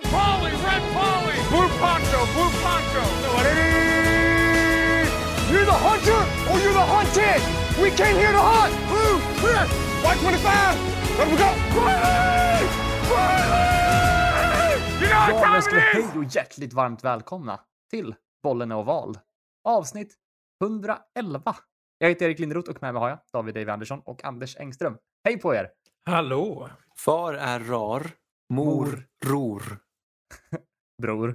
Red Polly! Blue Poncho! You're the hunter or you're the hunted! We came here to hunt! Blue, clear! White 25! Let me go! Riley! You know what Ja, time it is? hej och hjärtligt varmt välkomna till Bollen är oval. Avsnitt 111. Jag heter Erik Linderoth och med mig har jag David Dave Andersson och Anders Engström. Hej på er! Hallå! Far är rar, mor ror. Bror.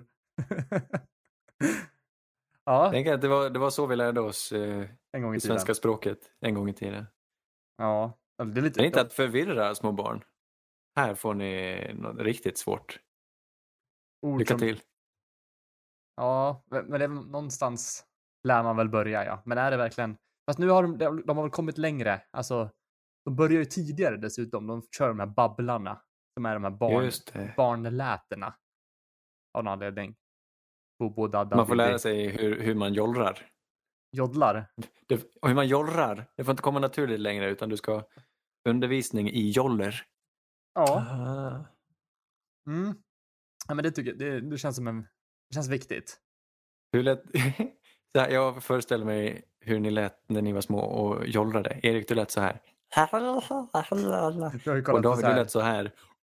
Ja, Tänk att det var så vi lärde oss en gång i det tiden. svenska språket en gång i tiden. Ja, det är lite... Det är inte att förvirra små barn. Här får ni något riktigt svårt. ord Lycka som- till. Ja, men det är någonstans lär man väl börja, ja. Men är det verkligen... Fast nu har de har väl kommit längre. Alltså, de börjar ju tidigare dessutom. De kör de här babblarna. Som är de här Just det. barnlätena. Av någon anledning. Bobo, dadda, Man får lära bibi. sig hur man jollrar. Joddlar. Och hur man jollrar. Det får inte komma naturligt längre utan du ska ha undervisning i joller. Ja. Ah. Mm. Ja, men det tycker jag, det känns som det känns viktigt. Hur lätt... Så här, jag föreställer mig hur ni lät när ni var små och jollrade. Erik, du lät så här. Jag har ju Och kollat på David, så du här. lät så här.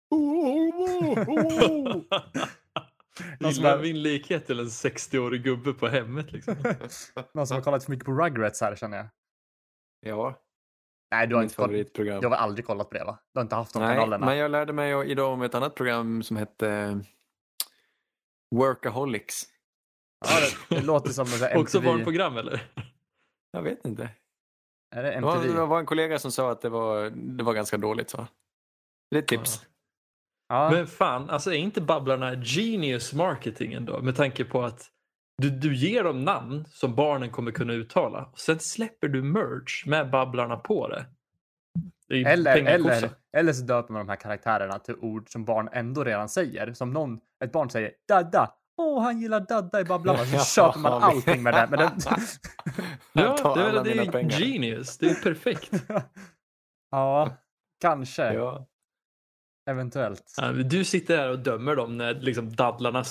Någon som Gillar har- min likhet till en 60-årig gubbe på hemmet liksom. Någon som har kollat för mycket på Rugrats här, känner jag. Ja, Nej, du har mitt inte kollat. favoritprogram. Du har väl aldrig kollat på det, va? Du har inte haft de Nej, kanalerna. men jag lärde mig idag om ett annat program som hette Workaholics. Ja, det låter som en sån här Också MTV. barnprogram eller? Jag vet inte. Är det Det MTV? var en kollega som sa att det var ganska dåligt. Så. Det är ett tips. Ja. Men fan, alltså är inte babblarna genius marketing ändå? Med tanke på att du ger dem namn som barnen kommer kunna uttala. Och sen släpper du merch med babblarna på det. Det är ju pengakossa. Eller så döper man de här karaktärerna till ord som barn ändå redan säger. Som ett barn säger dadda. Han gillar dadda i babblarna. Så Ja, köper man allting med det. Men det Ja, Ta alla det mina är pengar. genius. Det är perfekt. ja, kanske. Ja. Eventuellt. Ja, du sitter här och dömer dem när liksom babblarna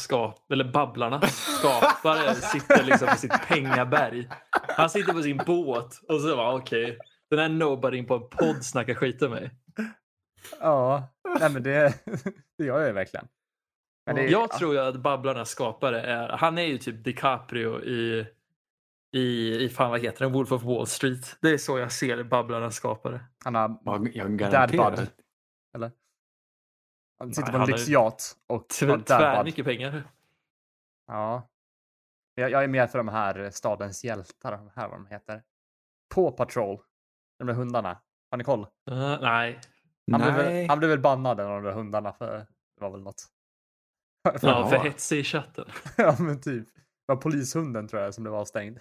skapare sitter liksom på sitt pengaberg. Han sitter på sin båt och så var okej. Den här nobodyn på en podd snackar skit om mig. Ja, nej men det gör jag ju verkligen. Men det är, Jag tror ju att babblarnas skapare han är ju typ DiCaprio i fan vad heter den? Wolf of Wall Street. Det är så jag ser babblarnas skapare. han har Jag dad garanterar. bud. Eller? Han sitter Nej, på en han har lyxyacht och har dad Tvär bud. mycket pengar. Ja. Jag är med för de här stadens hjältar. De här vad de heter. Paw Patrol. De där hundarna. Har ni koll? Nej. Han blev väl bannad av de där hundarna för det var väl något. Ja, för hets i chatten. Ja men typ. Det var polishunden tror jag som blev avstängd.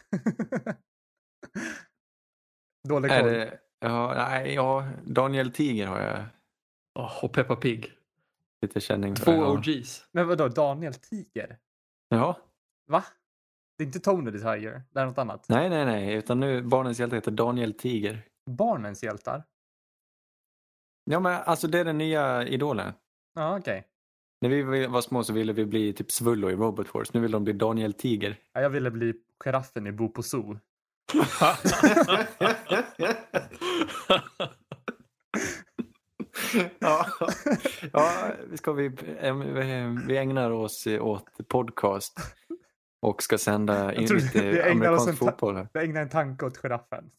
Dålig Är koll. det, Daniel Tiger har jag Och Peppa Pig. lite känning för. 2 Ja. OGs. Men vadå, Daniel Tiger? Ja. Va? Det är inte Tony the Tiger. Det är något annat. Nej. Utan nu barnens hjälte heter Daniel Tiger. Barnens hjältar? Ja, men alltså det är den nya idolen. Ja, okej. När vi var små så ville vi bli typ Svullo i Robot Wars. Nu vill de bli Daniel Tiger. Ja, jag ville bli giraffen i Bo på Zoo. Ja, vi ägnar oss åt podcast och ska sända in Jag tror vi lite ägnar oss amerikansk fotboll här. Jag ägnar en tanke åt giraffen.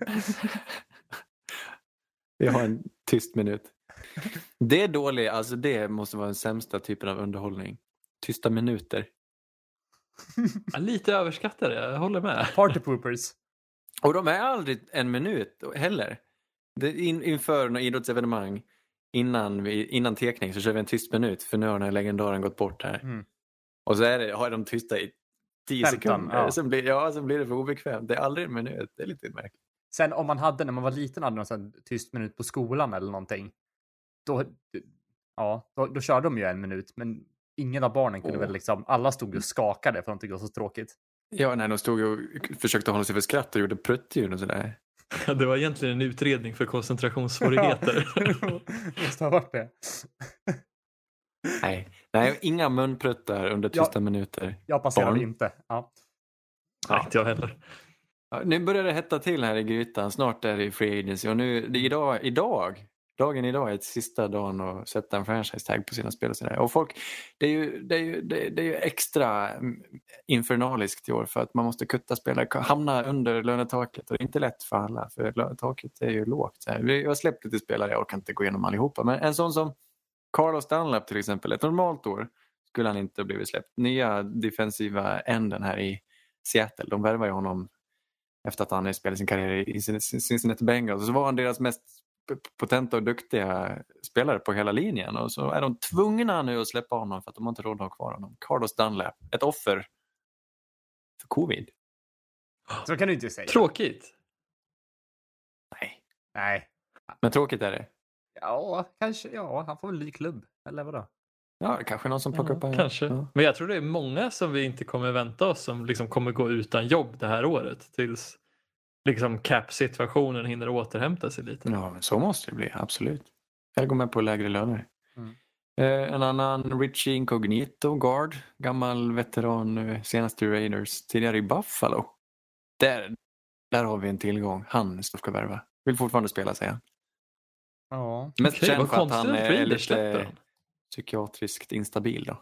Vi har en tyst minut. Det är dåligt, alltså det måste vara den sämsta typen av underhållning. Tysta minuter. Ja, lite överskattade, jag håller med. Party poopers. Och de är aldrig en minut heller. Inför något idrottsevenemang innan tekning så kör vi en tyst minut för nu har den här legendaren gått bort här. Mm. Och så har de tysta i 10 15, sekunder. ja. Sen blir det för obekvämt. Det är aldrig en minut. Det är lite märkligt. Sen om man när man var liten hade någon sån tyst minut på skolan eller någonting. Då körde de ju en minut. Men ingen av barnen kunde väl liksom, alla stod och skakade för de tyckte det var så tråkigt. Ja, när de stod och försökte hålla sig för skratt och gjorde pruttljud och sådär. Det var egentligen en utredning för koncentrationssvårigheter. Ja, måste ha varit det. Nej, Nej, inga munpruttar under tysta minuter. Jag passerar Barn. inte. Ja. Nej, inte jag heller. Ja, nu börjar det hetta till här i grytan. Snart är det i free agency. Och nu, dagen idag är sista dagen att sätta en franchise tag på sina spel och sådär. Och folk, det är ju extra infernaliskt i år för att man måste kutta spelare, hamna under lönetaket. Och det är inte lätt för alla, för lönetaket är ju lågt. Så här. Jag har släppt lite spelare, jag orkar inte gå igenom allihopa. Men en sån som Carlos Dunlap till exempel, ett normalt år skulle han inte ha blivit släppt. Nya defensiva änden här i Seattle, de värvar ju honom efter att han spelade sin karriär i Cincinnati Bengals. Och så var han deras mest potenta och duktiga spelare på hela linjen. Och så är de tvungna nu att släppa honom för att de har inte råd att ha kvar honom. Carlos Dunlap, ett offer för covid. Så kan du inte säga. Tråkigt. Nej. Men tråkigt är det. Ja, kanske. Ja, han får väl ny klubb. Eller vadå? Ja, kanske någon som plockar upp honom. Kanske. Ja. Men jag tror det är många som vi inte kommer vänta oss som liksom kommer gå utan jobb det här året tills liksom cap-situationen hinner återhämta sig lite. Ja, men så måste det bli, absolut. Jag går med på lägre löner. Mm. En annan Richie Incognito guard, gammal veteran, senast i Raiders, tidigare i Buffalo. Där har vi en tillgång. Han ska värva. Vill fortfarande spela, säger han. Ja. Mest Okej, känd vad för att konstigt han att är Raiders släpper lite honom. psykiatriskt instabil då.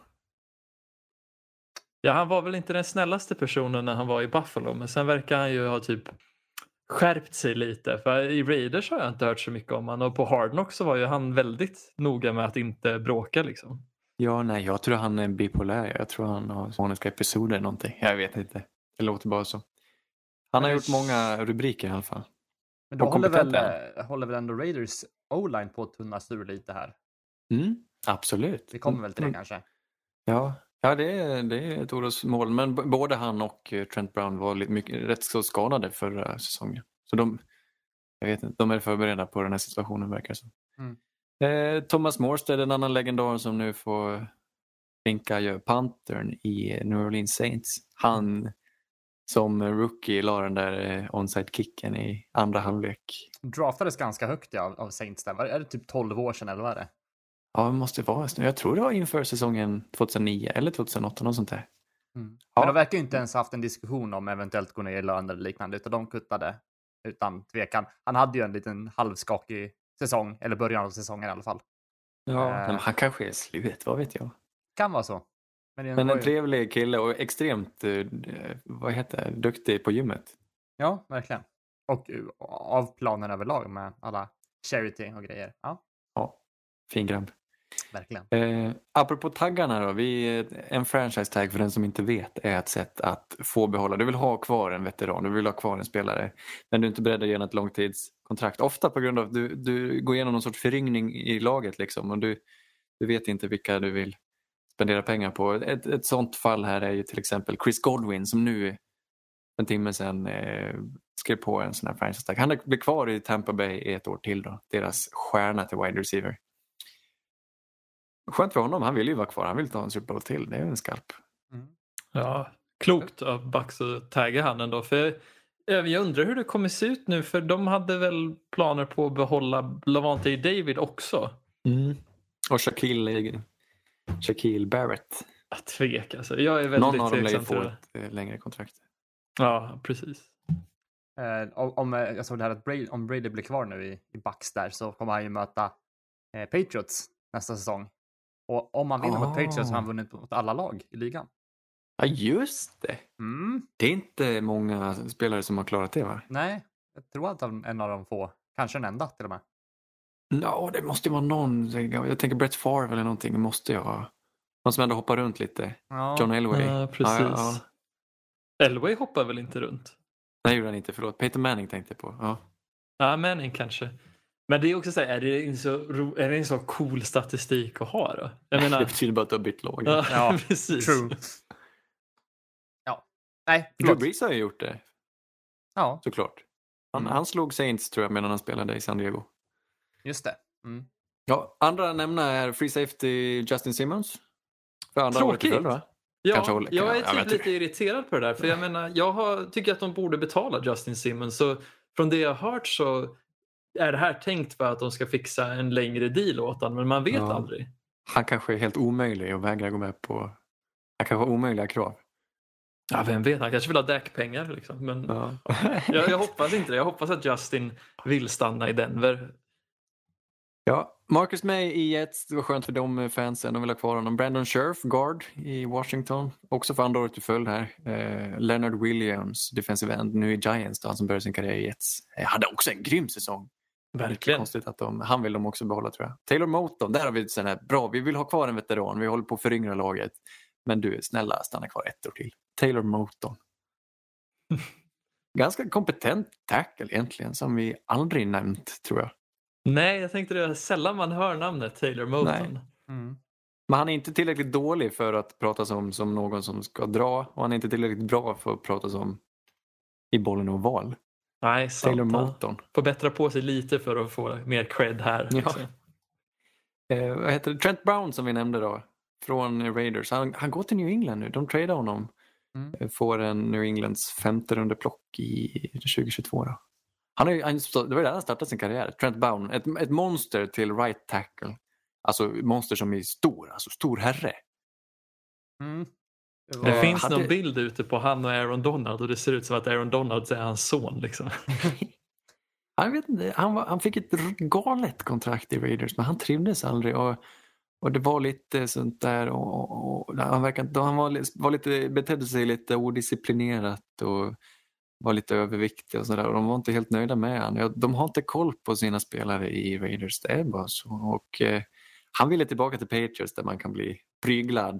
Ja, han var väl inte den snällaste personen när han var i Buffalo. Men sen verkar han ju ha typ skärpt sig lite. För i Raiders har jag inte hört så mycket om han. Och på Hard Knocks så var ju han väldigt noga med att inte bråka liksom. Ja, nej, jag tror han är bipolär. Jag tror han har maniska episoder eller någonting. Jag vet inte. Det låter bara så. Han har gjort många rubriker i alla fall. Men då Och håller kompetent väl ändå Raiders O-line på att tunna ur lite här. Absolut. Vi kommer väl till det kanske. Ja, det är ett orosmål. Men både han och Trent Brown var rätt så skadade förra säsongen. Så jag vet inte, de är förberedda på den här situationen verkar det som. Thomas Morstead, en annan legendar som nu får vinka Panthern i New Orleans Saints. Han som rookie la den där onside-kicken i andra halvlek. Draftades ganska högt av Saints där. Är det typ 12 år sedan eller vad är det? Ja, det måste vara. Jag tror det var inför säsongen 2009 eller 2008, något sånt där. Men Ja. de verkar ju inte ens haft en diskussion om eventuellt gå ner i lön eller liknande, utan de kuttade utan tvekan. Han hade ju en liten halvskakig säsong, eller början av säsongen i alla fall. Men han kanske är slut, vad vet jag. Kan vara så. Men Men en trevlig kille och extremt duktig på gymmet. Ja, verkligen. Och av planen överlag med alla charity och grejer. Ja, Fin grabb. verkligen. Apropå taggarna då. En franchise tag för den som inte vet är ett sätt att få behålla. Du vill ha kvar en veteran, du vill ha kvar en spelare. Men du är inte beredd att ge ett långtidskontrakt. Ofta på grund av att du går igenom någon sorts föryngring i laget liksom. Och du vet inte vilka du vill spendera pengar på. Ett sånt fall här är ju till exempel Chris Godwin som nu en timme sedan skrev på en sån här franchise tag. Han blir kvar i Tampa Bay i ett år till då. Deras stjärna till wide receiver. Skönt för honom, han vill ju vara kvar. Han vill ta en Super Bowl till, det är ju en skalp. Ja, klokt av Bucks att tagga han ändå. För jag undrar hur det kommer se ut nu. För de hade väl planer på att behålla Lavonte David också. Och Shaquille Barrett. Att tveka alltså. Jag är väldigt Någon av dem lär ju tveksam få till det. ett längre kontrakt. Ja, precis. Jag såg det här att om Brady blir kvar nu i Bucks där så kommer han ju möta Patriots nästa säsong. Och om han vinner mot Patriots så har han vunnit mot alla lag i ligan. Ja, just det. Det är inte många spelare som har klarat det, va? Nej, jag tror att en av de få, kanske en enda till och med. Det måste ju vara någon. Jag tänker Brett Favre eller någonting. Det måste jag ha. Någon som ändå hoppar runt lite. Ja. John Elway. Ja, precis. Ja. Elway hoppar väl inte runt? Nej, gjorde han inte. Förlåt. Peyton Manning tänkte jag på. Ja. Ja, Manning kanske. Men det är också så här, är det en så cool statistik att ha då? Jag menar, Det betyder bara att du har bytt lag. ja, precis. True. Ja. Nej, Drew Brees har ju gjort det. Ja, Såklart. Han slog Saints tror jag medan han spelade i San Diego. just det. Ja, andra nämna är free safety Justin Simmons. För andra året i följd, va? Ja, Kanske håller- jag är ja, typ lite irriterad på det där. För jag menar, tycker att de borde betala Justin Simmons. Så från det jag har hört så är det här tänkt för att de ska fixa en längre deal åt honom. Men man vet aldrig. han kanske är helt omöjlig att vägra gå med på. Han kanske har omöjliga krav. Ja, vem vet, han kanske vill ha Dak-pengar liksom. Men Ja. jag hoppas inte det. Jag hoppas att Justin vill stanna i Denver. Ja, Marcus May i Jets, det var skönt för de fansen, de vill ha kvar honom. Brandon Scherf, guard i Washington, också för andra året i följd här. Leonard Williams, defensive end, nu i Giants då, han som började sin karriär i Jets. Hade också en grym säsong. Verkligen. Konstigt att han vill de också behålla, tror jag. Taylor Moton, där har vi sån här, bra, vi vill ha kvar en veteran, vi håller på att föryngra laget. Men du, snälla, stanna kvar 1 år till. Taylor Moton. Ganska kompetent tackle egentligen, som vi aldrig nämnt, tror jag. Nej, jag tänkte det. Sällan man hör namnet Taylor Moton. Nej. Men han är inte tillräckligt dålig för att pratas om som någon som ska dra. Och han är inte tillräckligt bra för att pratas om i bollen och val. Nej, sant. Taylor Moton. Får bättra på sig lite för att få mer cred här. Ja. Liksom. Vad heter det? Trent Brown som vi nämnde då. Från Raiders. Han går till New England nu. De tradar honom. Får en New Englands 5:e rundeplock i 2022 då. Det var där han startade sin karriär. Trent Brown. Ett monster till right tackle. Alltså monster som är stor. Alltså stor herre. Det finns någon bild ute på han och Aaron Donald. Och det ser ut som att Aaron Donald är hans son. Liksom. Jag vet inte. Han fick ett galet kontrakt i Raiders. Men han trivdes aldrig. Och det var lite sånt där. Och han var lite, betedde sig lite odisciplinerat. Och var lite överviktig och sådär. Och de var inte helt nöjda med han. De har inte koll på sina spelare i Raiders. Det är bara så. Och han ville tillbaka till Patriots där man kan bli pryglad.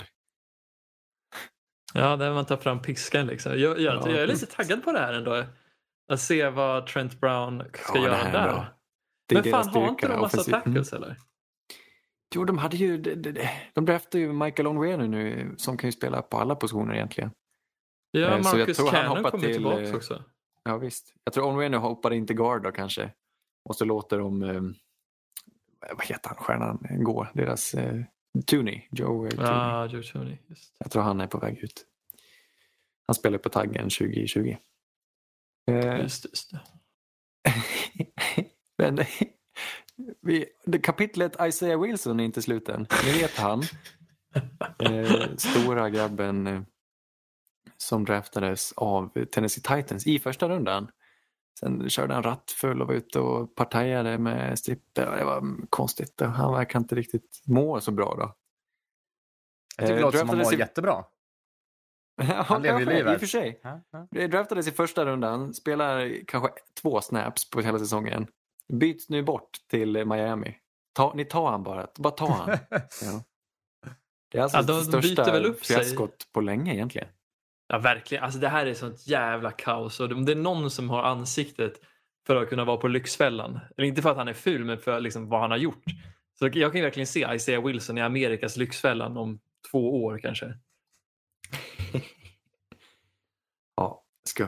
Ja, där man tar fram piskan liksom. Jag är lite taggad på det här ändå. Att se vad Trent Brown ska göra där. Men fan, har inte de massa tackles eller? Jo, de hade ju... De draftade ju Michael Onwenu nu som kan ju spela på alla positioner egentligen. Ja, så Marcus Cannon kommer tillbaka också. Ja, visst. Jag tror Onwenu hoppade inte guard då kanske. Och så låter de... vad heter han? Stjärnan gå. Deras... Tooney. Joe Tooney. Just. Jag tror han är på väg ut. Han spelar på taggen 2020. Just det. Men det kapitlet Isaiah Wilson är inte sluten. Ni vet han. Stora grabben som draftades av Tennessee Titans i första rundan. Sen körde han rattfull och var ute och partajade med stripper. Det var konstigt. Han verkar inte riktigt må så bra då. Jag tycker det låter som han mår jättebra. Han lever ju livet. I och för sig. Det draftades i första rundan. Spelar kanske 2 snaps på hela säsongen. Byts nu bort till Miami. Ni tar han bara. Bara ta han. Ja. Det är alltså det största fiaskot på länge egentligen. Ja, verkligen. Alltså det här är sånt jävla kaos. Och om det är någon som har ansiktet för att kunna vara på Lyxfällan. Eller inte för att han är ful, men för liksom vad han har gjort. Så jag kan verkligen se Isaiah Wilson i Amerikas Lyxfällan om 2 år kanske. Ja, skumt.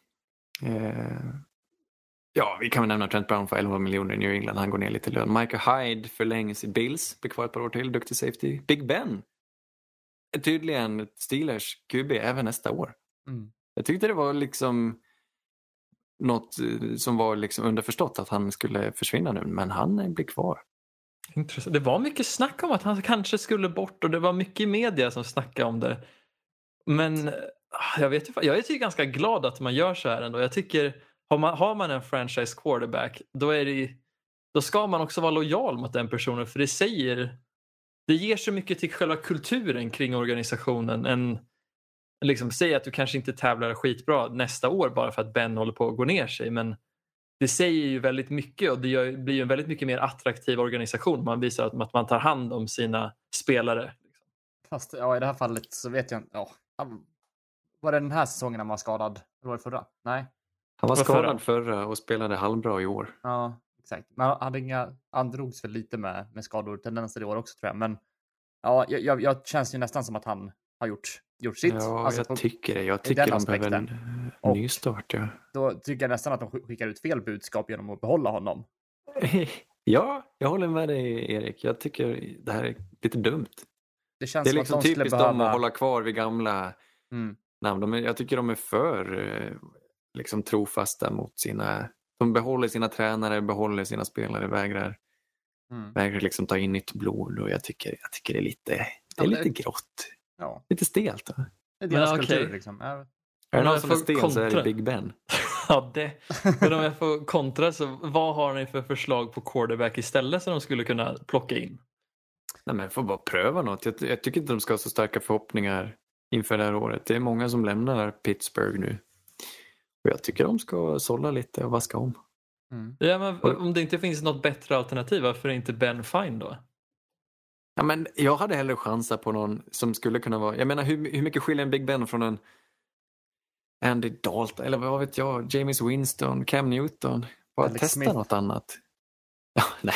Ja, vi kan väl nämna Trent Brown för 11 miljoner i New England. Han går ner lite i lön. Michael Hyde förlängs i Bills. Blir kvar ett par år till. Duktig safety. Big Ben. Tydligen Steelers QB även nästa år. Jag tyckte det var liksom något som var liksom underförstått att han skulle försvinna nu. Men han blir kvar. Intressant. Det var mycket snack om att han kanske skulle bort. Och det var mycket i media som snackade om det. Men jag är ganska glad att man gör så här ändå. Jag tycker, har man en franchise quarterback, då ska man också vara lojal mot den personen. För det ger så mycket till själva kulturen kring organisationen än liksom säga att du kanske inte tävlar skitbra nästa år bara för att Ben håller på att gå ner sig. Men det säger ju väldigt mycket och det blir ju en väldigt mycket mer attraktiv organisation. Man visar att man tar hand om sina spelare. Fast i det här fallet så vet jag inte. Var det den här säsongen han var skadad? Eller var det förra? Nej. Han var skadad förra och spelade halvbra i år. Ja, exakt. Men han drogs för lite med skador tendenser i år också, tror jag. Men ja, jag känns ju nästan som att han har gjort sitt. Ja, alltså, jag tycker det. Jag tycker de behöver en nystart. Ja. Då tycker jag nästan att de skickar ut fel budskap genom att behålla honom. Ja, jag håller med dig, Erik. Jag tycker det här är lite dumt. Det är liksom typiskt dem att hålla kvar vid gamla namn. Jag tycker de är för liksom trofasta mot sina... De behåller sina tränare, behåller sina spelare, vägrar Vägrar liksom ta in nytt blod och jag tycker det är lite grått. Ja. Lite stelt. Då. Det är deras Men, kultur okej. liksom. Är det någon som är stel så är det Big Ben. Ja, det. Men om jag får kontra, så vad har ni för förslag på quarterback istället som de skulle kunna plocka in? Nej, men får bara pröva något. Jag tycker inte de ska ha så starka förhoppningar inför det här året. Det är många som lämnar Pittsburgh nu. Och jag tycker de ska sålla lite och vaska om. Ja, men om det inte finns något bättre alternativ, varför är inte Ben fine då? Ja, men jag hade hellre chansa på någon som skulle kunna vara... Jag menar, hur mycket skiljer en Big Ben från en Andy Dalton? Eller vad vet jag? James Winston, Cam Newton? Bara Alex testa Smith. något annat. Ja, nej.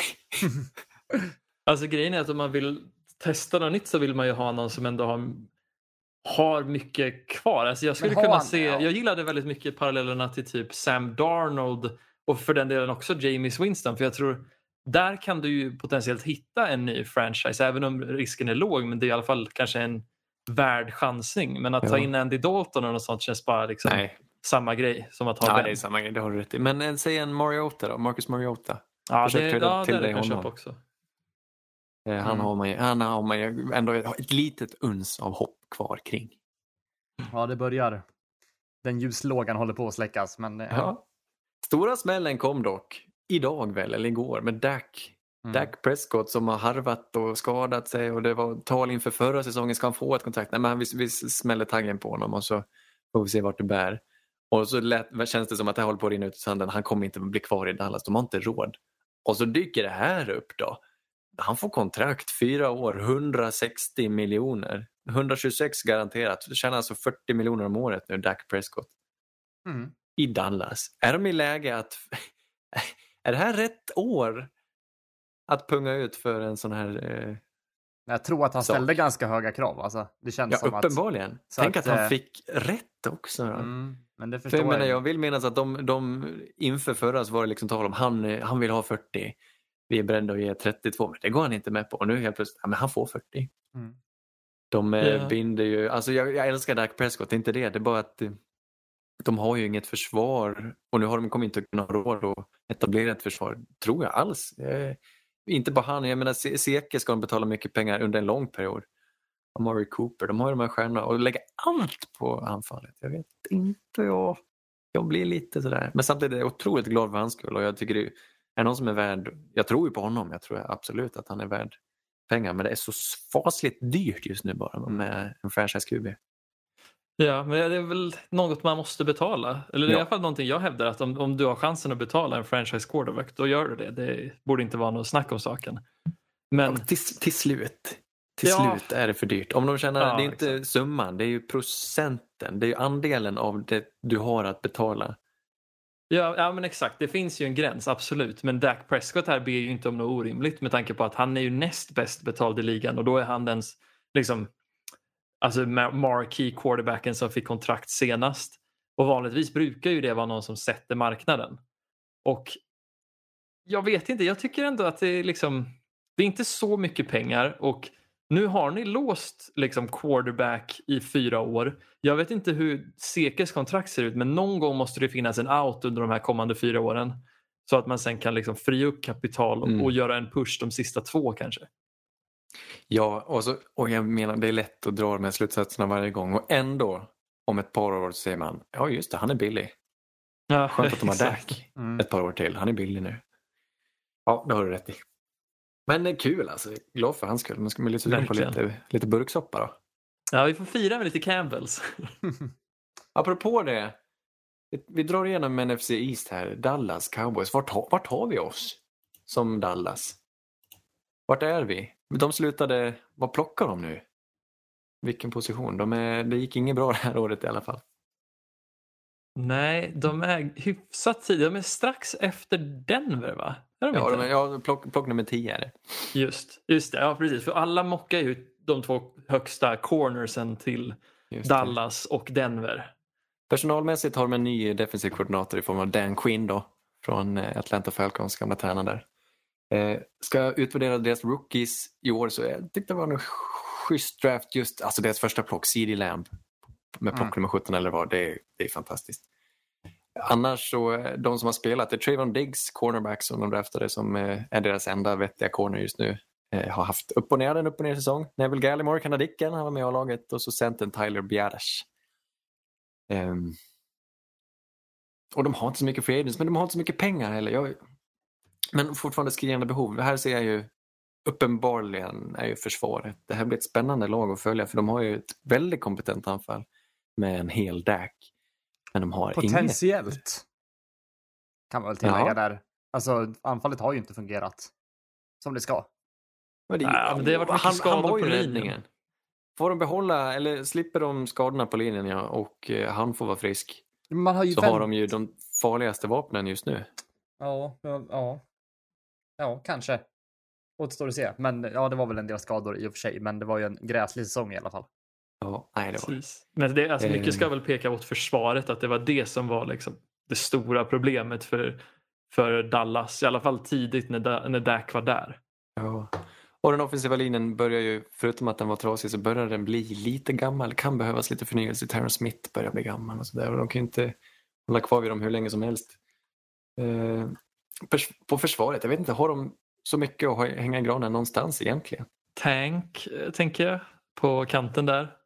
Alltså grejen är att om man vill testa något nytt så vill man ju ha någon som ändå har mycket kvar. Alltså jag skulle kunna se, jag gillade väldigt mycket parallellerna till typ Sam Darnold och för den delen också James Winston, för jag tror där kan du ju potentiellt hitta en ny franchise även om risken är låg, men det är i alla fall kanske en värd chansning. Men att ta in Andy Dalton och något sånt känns bara liksom samma grej som att ha Ben. Det är samma grej, det har du rätt i. Men säg en Mariota då, Marcus Mariota. Ja, det är kanske upp också. Han har man ju ändå ett litet uns av hopp kvar kring. Ja, det börjar. Den ljuslågan håller på att släckas. Men, Stora smällen kom dock idag väl, eller igår, med Dak Prescott som har harvat och skadat sig. Och det var tal inför förra säsongen, ska han få ett kontrakt? Nej, men vi smäller taggen på honom och så får vi se vart det bär. Och så känns det som att det håller på att rinna ut i sanden. Han kommer inte bli kvar i Dallas, de har inte råd. Och så dyker det här upp då. Han får kontrakt 4 år, 160 miljoner. 126 garanterat. Det tjänar alltså 40 miljoner om året nu, Dak Prescott. I Dallas. Är de i läge att... är det här rätt år att punga ut för en sån här... Jag tror att han ställde ganska höga krav. Alltså, det känns som uppenbarligen. Tänk att han fick rätt också. Men det för jag vill minnas att de inför förra så var det liksom tal om han vill ha 40. Vi är beredda att ge 32, men det går han inte med på. Och nu helt plötsligt, men han får 40. De binder ju, alltså jag älskar Dak Prescott, det är inte det. Det är bara att de har ju inget försvar. Och nu har de kommit inte att kunna ha råd att etablera ett försvar, tror jag alls. Inte bara han, jag menar Seke ska de betala mycket pengar under en lång period. Amari Cooper, de har ju de här stjärnorna och lägga allt på anfallet. Jag vet inte, jag blir lite sådär. Men samtidigt är jag otroligt glad för hans skull och jag tycker det är någon som är värd, jag tror ju på honom, jag tror absolut att han är värd pengar, men det är så fasligt dyrt just nu bara med en franchise-QB. Ja, men det är väl något man måste betala. Eller det är i alla fall någonting jag hävdar, att om du har chansen att betala en franchise quarterback, då gör du det. Det borde inte vara något snack om saken. Men till slut är det för dyrt. Om de känner, det är inte summan, det är ju procenten, det är ju andelen av det du har att betala. Ja, men exakt. Det finns ju en gräns, absolut. Men Dak Prescott här ber ju inte om något orimligt med tanke på att han är ju näst bäst betald i ligan och då är han den liksom, alltså marquee quarterbacken som fick kontrakt senast. Och vanligtvis brukar ju det vara någon som sätter marknaden. Och jag vet inte, jag tycker ändå att det är liksom, det är inte så mycket pengar och nu har ni låst liksom quarterback i 4 år. Jag vet inte hur Sekes kontrakt ser ut, men någon gång måste det finnas en out under de här kommande 4 åren. Så att man sen kan liksom fria upp kapital och göra en push de sista 2 kanske. Ja, och jag menar det är lätt att dra de här slutsatserna varje gång. Och ändå, om ett par år så säger man, ja just det, han är billig. Ja, skönt att de har Dak ett par år till, han är billig nu. Ja, det har du rätt i. Men det är kul alltså, glad för hans skull. Man ska väl suga på lite burksoppa då. Ja, vi får fira med lite Campbells. Apropå det, vi drar igenom NFC East här. Dallas Cowboys, vart har vi oss som Dallas? Vart är vi? De slutade, vad plockar de nu? Vilken position? Det gick inget bra det här året i alla fall. Nej, de är hyfsat tidiga. De är strax efter Denver, va? Plock nummer 10 är det. Just det, ja precis. För alla mockar ju de 2 högsta cornersen till Dallas och Denver. Personalmässigt har de en ny defensiv koordinator i form av Dan Quinn då, från Atlanta Falcons gamla tränare där. Ska utvärdera deras rookies i år, så jag tyckte det var en schysst draft just, alltså deras första plock, CeeDee Lamb med plock nummer 17 eller vad, det är fantastiskt. Annars så, de som har spelat, det är Trayvon Diggs, cornerback som de draftade, som är deras enda vettiga corner just nu. Har haft upp och ner säsong. Neville Gallimore, kanadicken, han var med i laget, och så centern Tyler Biadasz. Och de har inte så mycket free agents, men de har inte så mycket pengar heller. Men fortfarande skrivande behov. Här ser jag ju uppenbarligen är ju försvaret. Det här blir ett spännande lag att följa, för de har ju ett väldigt kompetent anfall med en hel Dak. Men de har potentiellt kan man väl tillägga där. Alltså anfallet har ju inte fungerat som det ska. Men det har varit mycket skador på linjen. Får de behålla, eller slipper de skadorna på linjen, och han får vara frisk, man har ju har de ju de farligaste vapnen just nu. Ja, kanske. Återstår att se. Men ja, det var väl en del skador i och för sig. Men det var ju en gräslig säsong i alla fall. Ja, nej, det var precis. Men det, alltså, mycket ska väl peka åt försvaret, att det var det som var liksom det stora problemet för Dallas. I alla fall tidigt när Dak var där. Ja. Och den offensiva linjen börjar ju, förutom att den var trasig, så börjar den bli lite gammal. Det kan behövas lite förnyelse. Terrence Smith börjar bli gammal och sådär. Och de kan ju inte hålla kvar vid dem hur länge som helst. På försvaret, jag vet inte, har de så mycket att hänga i granen någonstans egentligen? Tank, tänker jag, på kanten där.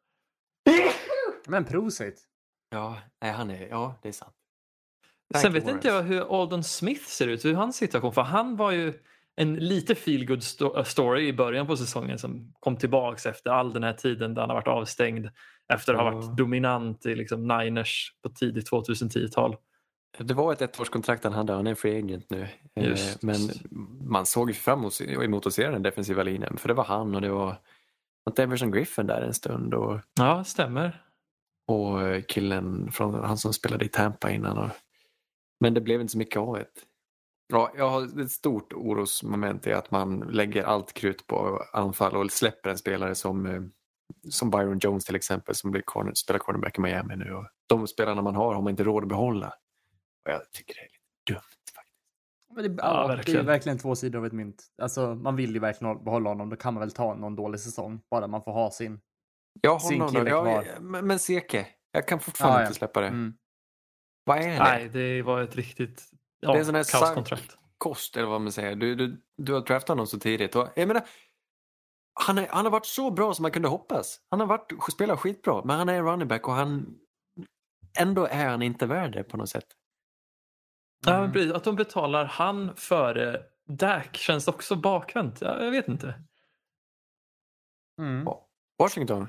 Men Prosit. Ja, nej, det är sant. Sen vet inte jag hur Aldon Smith ser ut, hur hans situation, för han var ju en lite feel-good story i början på säsongen som kom tillbaks efter all den här tiden där han har varit avstängd efter att ha varit dominant i liksom Niners på tidigt 2010-tal. Det var ett ettårskontrakt han hade, han är free agent nu. Men man såg ju fram emot att se den defensiva linjen, för det var han och det var Everson Griffin där en stund. Och, ja, stämmer. Och killen från han som spelade i Tampa innan. Men det blev inte så mycket av det. Ja, jag har ett stort orosmoment i att man lägger allt krut på anfall och släpper en spelare som Byron Jones till exempel, som spelar cornerback i Miami nu. Och de spelarna man har man inte råd att behålla. Och jag tycker det är lite dumt faktiskt. Men det är verkligen två sidor av ett mynt. Alltså, man vill ju verkligen behålla honom. Då kan man väl ta någon dålig säsong. Bara man får ha sin kille kvar. Men Seke, jag kan fortfarande inte släppa det. Mm. Vad är det? Nej, det var ett riktigt det är en sån här kaoskontrakt. Kost eller vad man säger. Du har draftat honom så tidigt. Och, jag menar, han har varit så bra som man kunde hoppas. Han har spelat skitbra, men han är en running back och ändå är han inte värd det på något sätt. Ja, men precis. Att de betalar han före Dak känns också bakvänt. Jag vet inte. Mm. Washington.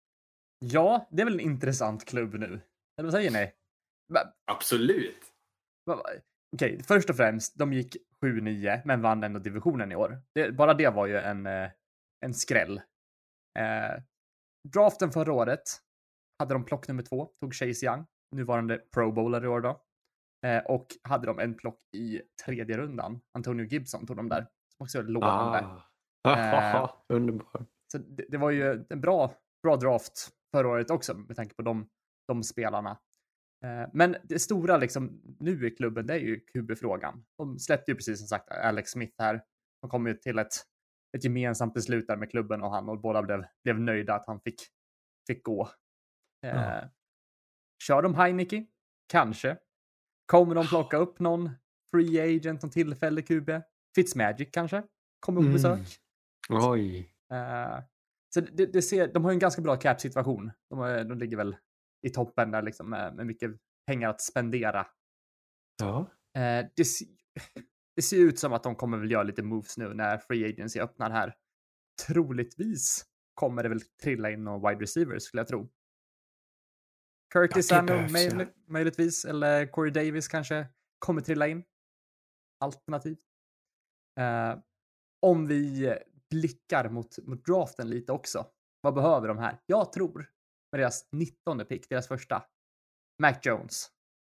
Ja, det är väl en intressant klubb nu. Eller vad säger ni? Absolut. Okej, först och främst, de gick 7-9 men vann ändå divisionen i år. Bara det var ju en skräll. Draften förra året hade de plock nummer 2, tog Chase Young, nuvarande Pro Bowler i år då. Och hade de en plock i 3:e rundan. Antonio Gibson tog de där. Som också är lovande. Underbar. Så det var ju en bra draft förra året också med tanke på de spelarna. Men det stora liksom nu i klubben, det är ju QB-frågan. De släppte ju precis som sagt Alex Smith här. De kom ju till ett gemensamt beslut där med klubben och han, och båda blev nöjda att han fick gå. Kör de Heineke? Kanske. Kommer de plocka upp någon free agent, någon tillfällig QB? Fitzmagic kanske? Kommer på besök. Oj. Så de har ju en ganska bra cap-situation. De ligger väl i toppen där liksom med mycket pengar att spendera. Ja. Det ser ut som att de kommer väl göra lite moves nu när free agency öppnar här. Troligtvis kommer det väl trilla in någon wide receiver skulle jag tro. Curtis Samuel möjligtvis, eller Corey Davis kanske kommer trilla in. Alternativ. Om vi blickar mot draften lite också. Vad behöver de här? Jag tror med deras 19:e pick, deras första. Mac Jones.